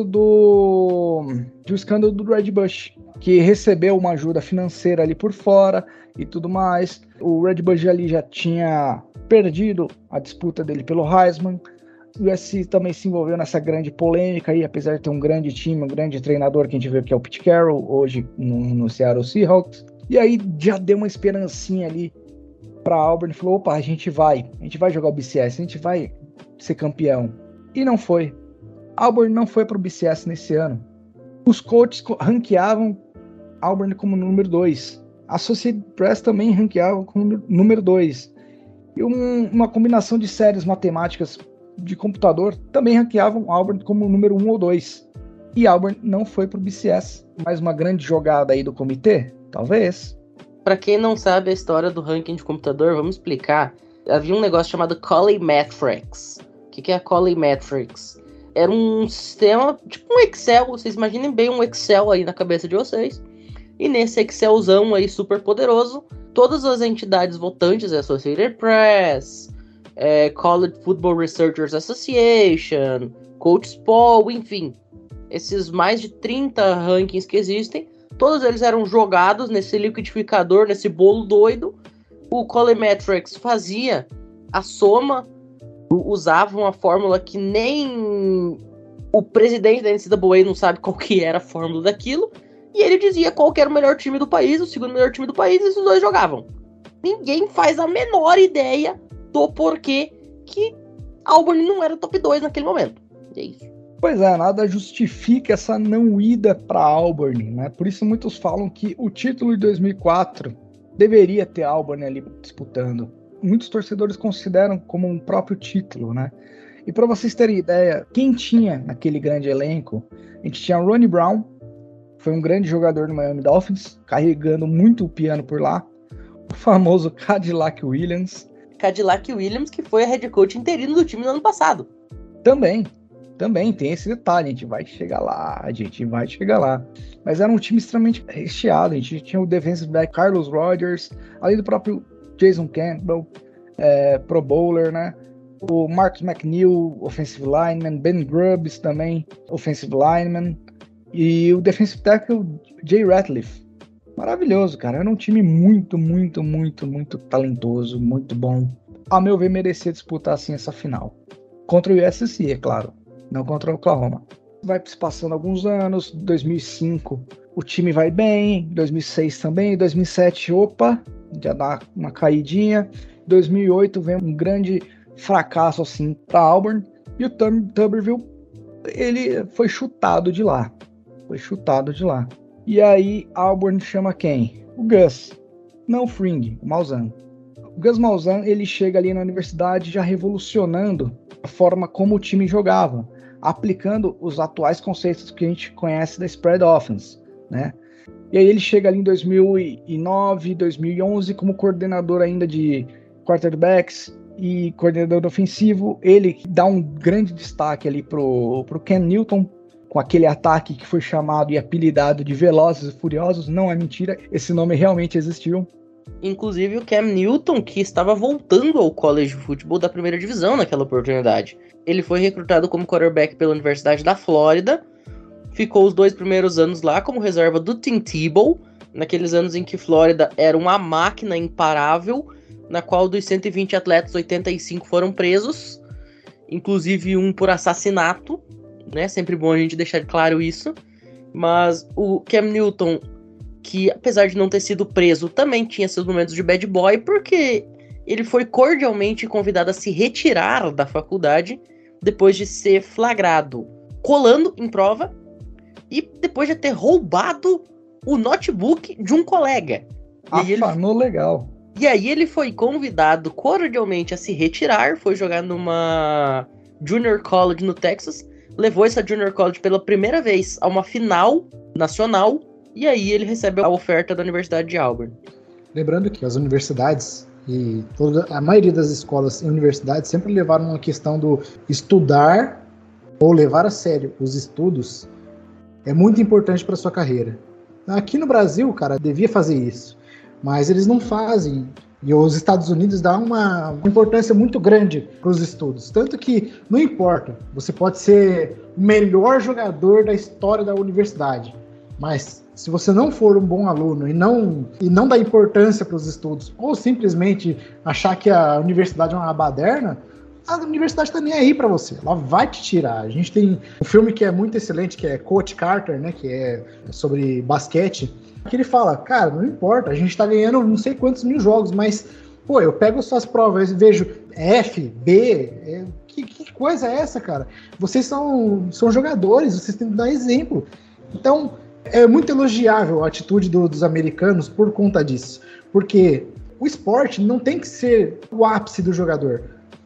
do, do escândalo do Red Bush, que recebeu uma ajuda financeira ali por fora e tudo mais. O Red Bush ali já tinha perdido a disputa dele pelo Heisman. O U S C também se envolveu nessa grande polêmica aí, apesar de ter um grande time, um grande treinador que a gente vê que é o Pete Carroll, hoje no, no Seattle Seahawks. E aí já deu uma esperancinha ali para Auburn, falou, opa, a gente vai, a gente vai jogar o B C S, a gente vai ser campeão. E não foi. Auburn não foi para o B C S nesse ano. Os coaches ranqueavam Auburn como número dois. A Associated Press também ranqueava como número dois. E um, uma combinação de séries matemáticas de computador também ranqueavam Auburn como número um ou dois. E Auburn não foi para o B C S. Mais uma grande jogada aí do comitê? Talvez. Para quem não sabe a história do ranking de computador, vamos explicar. Havia um negócio chamado Collimetrics. O que, que é a Collimetrics? Era um sistema, tipo um Excel, vocês imaginem bem um Excel aí na cabeça de vocês. E nesse Excelzão aí super poderoso, todas as entidades votantes, a Associated Press, é, College Football Researchers Association, Coach Poll, enfim, esses mais de trinta rankings que existem, todos eles eram jogados nesse liquidificador, nesse bolo doido. O Collimetrics fazia a soma, usava uma fórmula que nem o presidente da N C A A não sabe qual que era a fórmula daquilo, e ele dizia qual que era o melhor time do país, o segundo melhor time do país, e esses dois jogavam. Ninguém faz a menor ideia do porquê que Auburn não era top dois naquele momento. E é isso. Pois é, nada justifica essa não ida para Auburn, né? Por isso muitos falam que o título de dois mil e quatro deveria ter Auburn ali disputando. Muitos torcedores consideram como um próprio título, né? E para vocês terem ideia, quem tinha naquele grande elenco, a gente tinha Ronnie Brown, foi um grande jogador no Miami Dolphins, carregando muito o piano por lá, o famoso Cadillac Williams. Cadillac Williams, que foi a head coach interino do time no ano passado. Também, também tem esse detalhe, a gente vai chegar lá, a gente vai chegar lá. Mas era um time extremamente recheado, a gente tinha o defensive back Carlos Rogers, além do próprio Jason Campbell, é, Pro Bowler, né? O Marcus McNeil, offensive lineman, Ben Grubbs também, offensive lineman, e o defensive tackle Jay Ratliff. Maravilhoso, cara. Era um time muito, muito, muito, muito talentoso, muito bom. A meu ver, merecia disputar assim essa final. Contra o U S C, é claro, não contra o Oklahoma. Vai se passando alguns anos, dois mil e cinco o time vai bem, dois mil e seis também, dois mil e sete, opa, já dá uma caidinha. dois mil e oito vem um grande fracasso assim para Auburn, e o Tuberville, ele foi chutado de lá. Foi chutado de lá. E aí Auburn chama quem? O Gus. Não o Fring, o Malzahn. O Gus Malzahn, ele chega ali na universidade já revolucionando a forma como o time jogava, aplicando os atuais conceitos que a gente conhece da spread offense, né? E aí ele chega ali em dois mil e nove, dois mil e onze como coordenador ainda de quarterbacks e coordenador ofensivo. Ele dá um grande destaque ali pro, pro Cam Newton, com aquele ataque que foi chamado e apelidado de Velozes e Furiosos. Não é mentira, esse nome realmente existiu. Inclusive o Cam Newton, que estava voltando ao college football da primeira divisão naquela oportunidade. Ele foi recrutado como quarterback pela Universidade da Flórida, ficou os dois primeiros anos lá como reserva do Tim Tebow, naqueles anos em que Flórida era uma máquina imparável, na qual dos cento e vinte atletas, oitenta e cinco foram presos, inclusive um por assassinato, né? Sempre bom a gente deixar claro isso. Mas o Cam Newton, que apesar de não ter sido preso, também tinha seus momentos de bad boy, porque ele foi cordialmente convidado a se retirar da faculdade depois de ser flagrado colando em prova e depois de ter roubado o notebook de um colega. Afanou ele... legal. E aí ele foi convidado cordialmente a se retirar, foi jogar numa Junior College no Texas, levou essa Junior College pela primeira vez a uma final nacional, e aí ele recebe a oferta da Universidade de Auburn. Lembrando que as universidades e toda, a maioria das escolas e universidades sempre levaram a questão do estudar ou levar a sério os estudos é muito importante para sua carreira. Aqui no Brasil, cara, devia fazer isso, mas eles não fazem. E os Estados Unidos dão uma importância muito grande para os estudos. Tanto que não importa, você pode ser o melhor jogador da história da universidade, mas se você não for um bom aluno e não, e não dar importância para os estudos, ou simplesmente achar que a universidade é uma baderna, a universidade tá nem aí pra você, ela vai te tirar. A gente tem um filme que é muito excelente, que é Coach Carter, né, que é sobre basquete, que ele fala, cara, não importa, a gente tá ganhando não sei quantos mil jogos, mas, pô, eu pego suas provas e vejo F, B, é, que, que coisa é essa, cara? Vocês são, são jogadores, vocês têm que dar exemplo. Então, é muito elogiável a atitude do, dos americanos por conta disso, porque o esporte não tem que ser o ápice do jogador.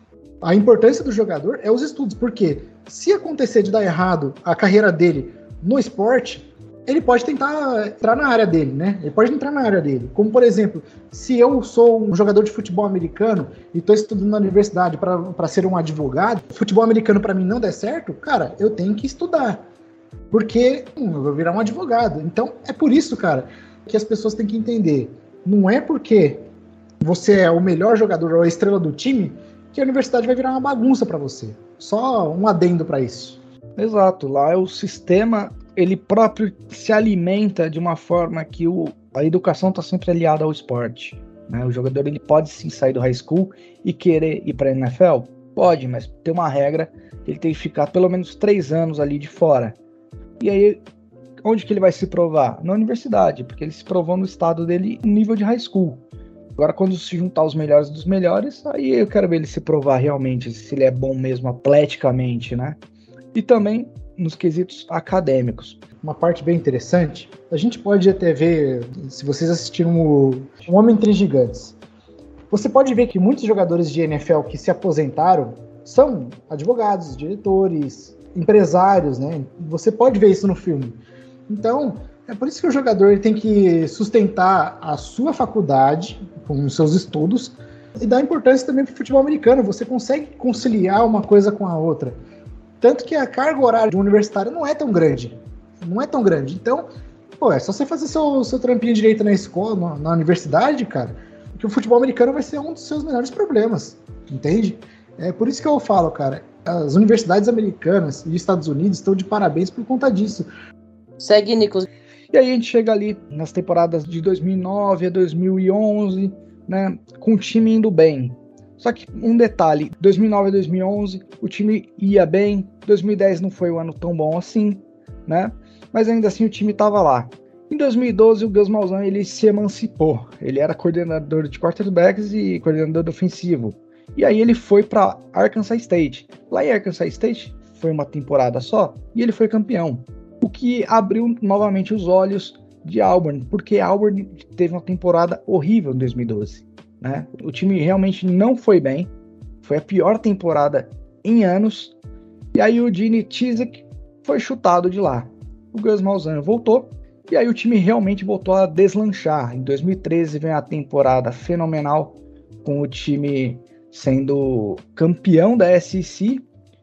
A importância do jogador é os estudos, porque se acontecer de dar errado a carreira dele no esporte, ele pode tentar entrar na área dele, né? Ele pode entrar na área dele. Como, por exemplo, se eu sou um jogador de futebol americano e estou estudando na universidade para ser um advogado, futebol americano para mim não der certo, cara, eu tenho que estudar. Porque hum, eu vou virar um advogado. Então, é por isso, cara, que as pessoas têm que entender. Não é porque você é o melhor jogador ou a estrela do time que a universidade vai virar uma bagunça para você. Só um adendo para isso. Exato. Lá é o sistema, ele próprio se alimenta de uma forma que o, a educação está sempre aliada ao esporte. Né? O jogador ele pode sim sair do high school e querer ir para a N F L? Pode, mas tem uma regra, ele tem que ficar pelo menos três anos ali de fora. E aí, onde que ele vai se provar? Na universidade, porque ele se provou no estado dele no nível de high school. Agora, quando se juntar os melhores dos melhores, aí eu quero ver ele se provar realmente, se ele é bom mesmo atleticamente, né? E também nos quesitos acadêmicos. Uma parte bem interessante, a gente pode até ver, se vocês assistiram o Um Homem Entre Gigantes, você pode ver que muitos jogadores de N F L que se aposentaram são advogados, diretores, empresários, né? Você pode ver isso no filme. Então, é por isso que o jogador tem que sustentar a sua faculdade com os seus estudos e dar importância também para o futebol americano. Você consegue conciliar uma coisa com a outra. Tanto que a carga horária de um universitário não é tão grande. Não é tão grande. Então, pô, é só você fazer seu, seu trampinho direito na escola, na, na universidade, cara, que o futebol americano vai ser um dos seus melhores problemas. Entende? É por isso que eu falo, cara, as universidades americanas e Estados Unidos estão de parabéns por conta disso. Segue, Nicolas. E aí a gente chega ali nas temporadas de dois mil e nove a dois mil e onze, né, com o time indo bem. Só que um detalhe, dois mil e nove a dois mil e onze o time ia bem, dois mil e dez não foi um ano tão bom assim, né? Mas ainda assim o time estava lá. Em dois mil e doze o Gus Malzahn ele se emancipou, ele era coordenador de quarterbacks e coordenador ofensivo. E aí ele foi para Arkansas State. Lá em Arkansas State foi uma temporada só e ele foi campeão. O que abriu novamente os olhos de Auburn, porque Auburn teve uma temporada horrível em dois mil e doze. Né? O time realmente não foi bem, foi a pior temporada em anos, e aí o Gene Chizik foi chutado de lá. O Gus Malzahn voltou, e aí o time realmente voltou a deslanchar. Em dois mil e treze vem a temporada fenomenal, com o time sendo campeão da S E C,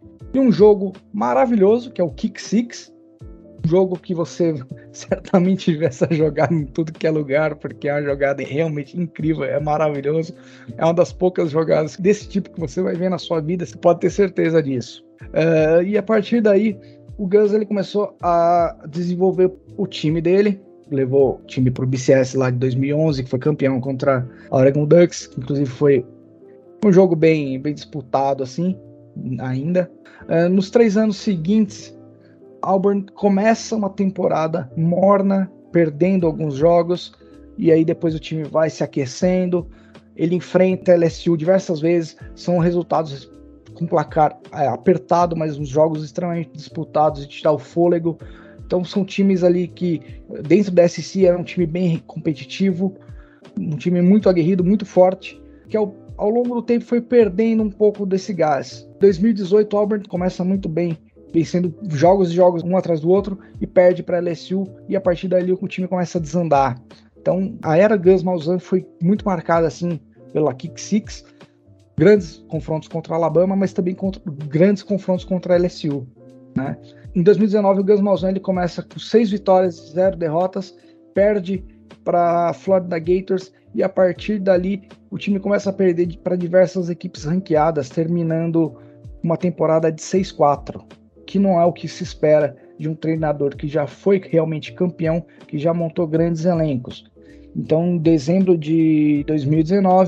e um jogo maravilhoso, que é o Kick Six, um jogo que você certamente vê essa jogada em tudo que é lugar, porque é uma jogada realmente incrível, é maravilhoso, é uma das poucas jogadas desse tipo que você vai ver na sua vida, você pode ter certeza disso. Uh, e a partir daí, o Gus ele começou a desenvolver o time dele, levou o time pro B C S lá de dois mil e onze, que foi campeão contra a Oregon Ducks, que inclusive foi um jogo bem, bem disputado assim, ainda. Uh, nos três anos seguintes, Auburn começa uma temporada morna, perdendo alguns jogos, e aí depois o time vai se aquecendo, ele enfrenta a L S U diversas vezes, são resultados com placar é, apertado, mas uns jogos extremamente disputados e te dá o fôlego. Então são times ali que dentro da S E C era um time bem competitivo, um time muito aguerrido, muito forte, que ao, ao longo do tempo foi perdendo um pouco desse gás. Em dois mil e dezoito, Auburn começa muito bem, vencendo jogos e jogos um atrás do outro e perde para a L S U, e a partir dali o time começa a desandar. Então a era Gus Malzahn foi muito marcada assim pela Kick Six, grandes confrontos contra a Alabama, mas também contra, grandes confrontos contra a L S U, né? Em dois mil e dezenove o Gus Malzahn ele começa com seis vitórias e zero derrotas, perde para a Florida Gators, e a partir dali o time começa a perder para diversas equipes ranqueadas, terminando uma temporada de seis a quatro. Que não é o que se espera de um treinador que já foi realmente campeão, que já montou grandes elencos. Então, em dezembro de dois mil e dezenove,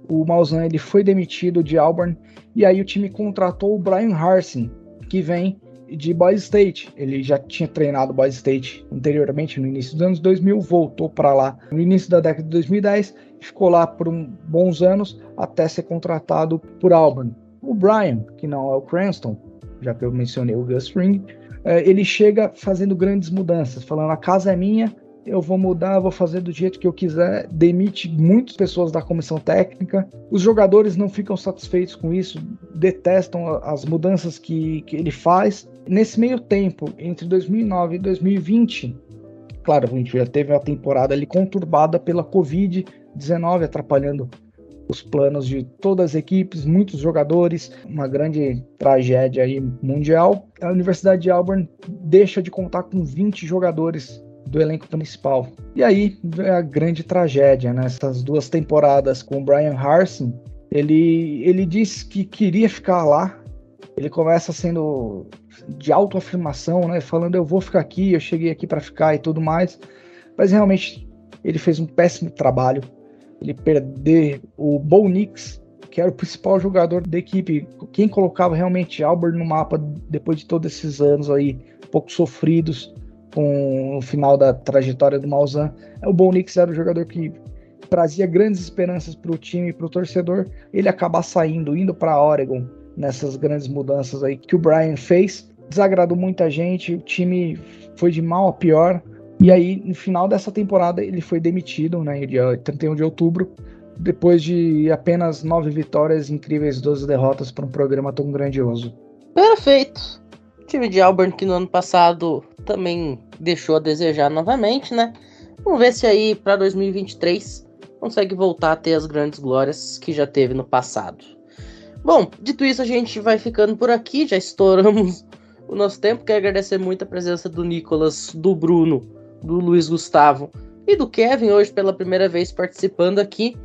o Malzahn ele foi demitido de Auburn e aí o time contratou o Brian Harsin, que vem de Boise State. Ele já tinha treinado Boise State anteriormente, no início dos anos dois mil, voltou para lá no início da década de dois mil e dez, ficou lá por um, bons anos até ser contratado por Auburn. O Brian, que não é o Cranston, já que eu mencionei o Gus Fring, é, ele chega fazendo grandes mudanças, falando: a casa é minha, eu vou mudar, vou fazer do jeito que eu quiser, demite muitas pessoas da comissão técnica. Os jogadores não ficam satisfeitos com isso, detestam as mudanças que, que ele faz. Nesse meio tempo, entre dois mil e nove e dois mil e vinte, claro, a gente já teve uma temporada ali conturbada pela covid dezenove, atrapalhando os planos de todas as equipes, muitos jogadores, uma grande tragédia aí mundial. A Universidade de Auburn deixa de contar com vinte jogadores do elenco principal. E aí é a grande tragédia, né? Essas duas temporadas com o Brian Harsin, ele, ele disse que queria ficar lá. Ele começa sendo de autoafirmação, né? Falando: eu vou ficar aqui, eu cheguei aqui para ficar e tudo mais. Mas realmente ele fez um péssimo trabalho. Ele perdeu o Bo Nix, que era o principal jogador da equipe, quem colocava realmente Auburn no mapa depois de todos esses anos aí, um pouco sofridos com o final da trajetória do Malzahn. O Bo Nix era o jogador que trazia grandes esperanças para o time e para o torcedor. Ele acaba saindo, indo para Oregon, nessas grandes mudanças aí que o Brian fez. Desagradou muita gente, o time foi de mal a pior. E aí, no final dessa temporada, ele foi demitido, né, dia trinta e um de outubro, depois de apenas nove vitórias, incríveis doze derrotas para um programa tão grandioso. Perfeito. O time de Auburn, que no ano passado também deixou a desejar novamente, né? Vamos ver se aí para dois mil e vinte e três consegue voltar a ter as grandes glórias que já teve no passado. Bom, dito isso, a gente vai ficando por aqui, já estouramos o nosso tempo. Quero agradecer muito a presença do Nicolas, do Bruno, do Luiz Gustavo e do Kevin hoje pela primeira vez participando aqui.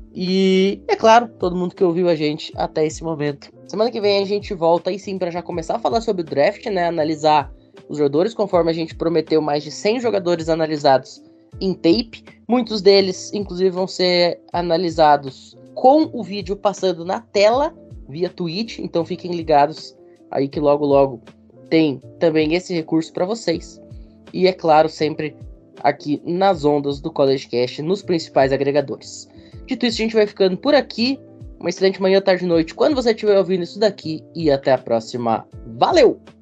E, é claro, todo mundo que ouviu a gente até esse momento. Semana que vem a gente volta aí sim para já começar a falar sobre o draft, né? Analisar os jogadores, conforme a gente prometeu, mais de cem jogadores analisados em tape. Muitos deles, inclusive, vão ser analisados com o vídeo passando na tela via Twitch. Então fiquem ligados aí que logo logo tem também esse recurso para vocês. E é claro, sempre aqui nas ondas do College Cast, nos principais agregadores. Dito isso, a gente vai ficando por aqui. Uma excelente manhã, tarde e noite quando você estiver ouvindo isso daqui. E até a próxima. Valeu!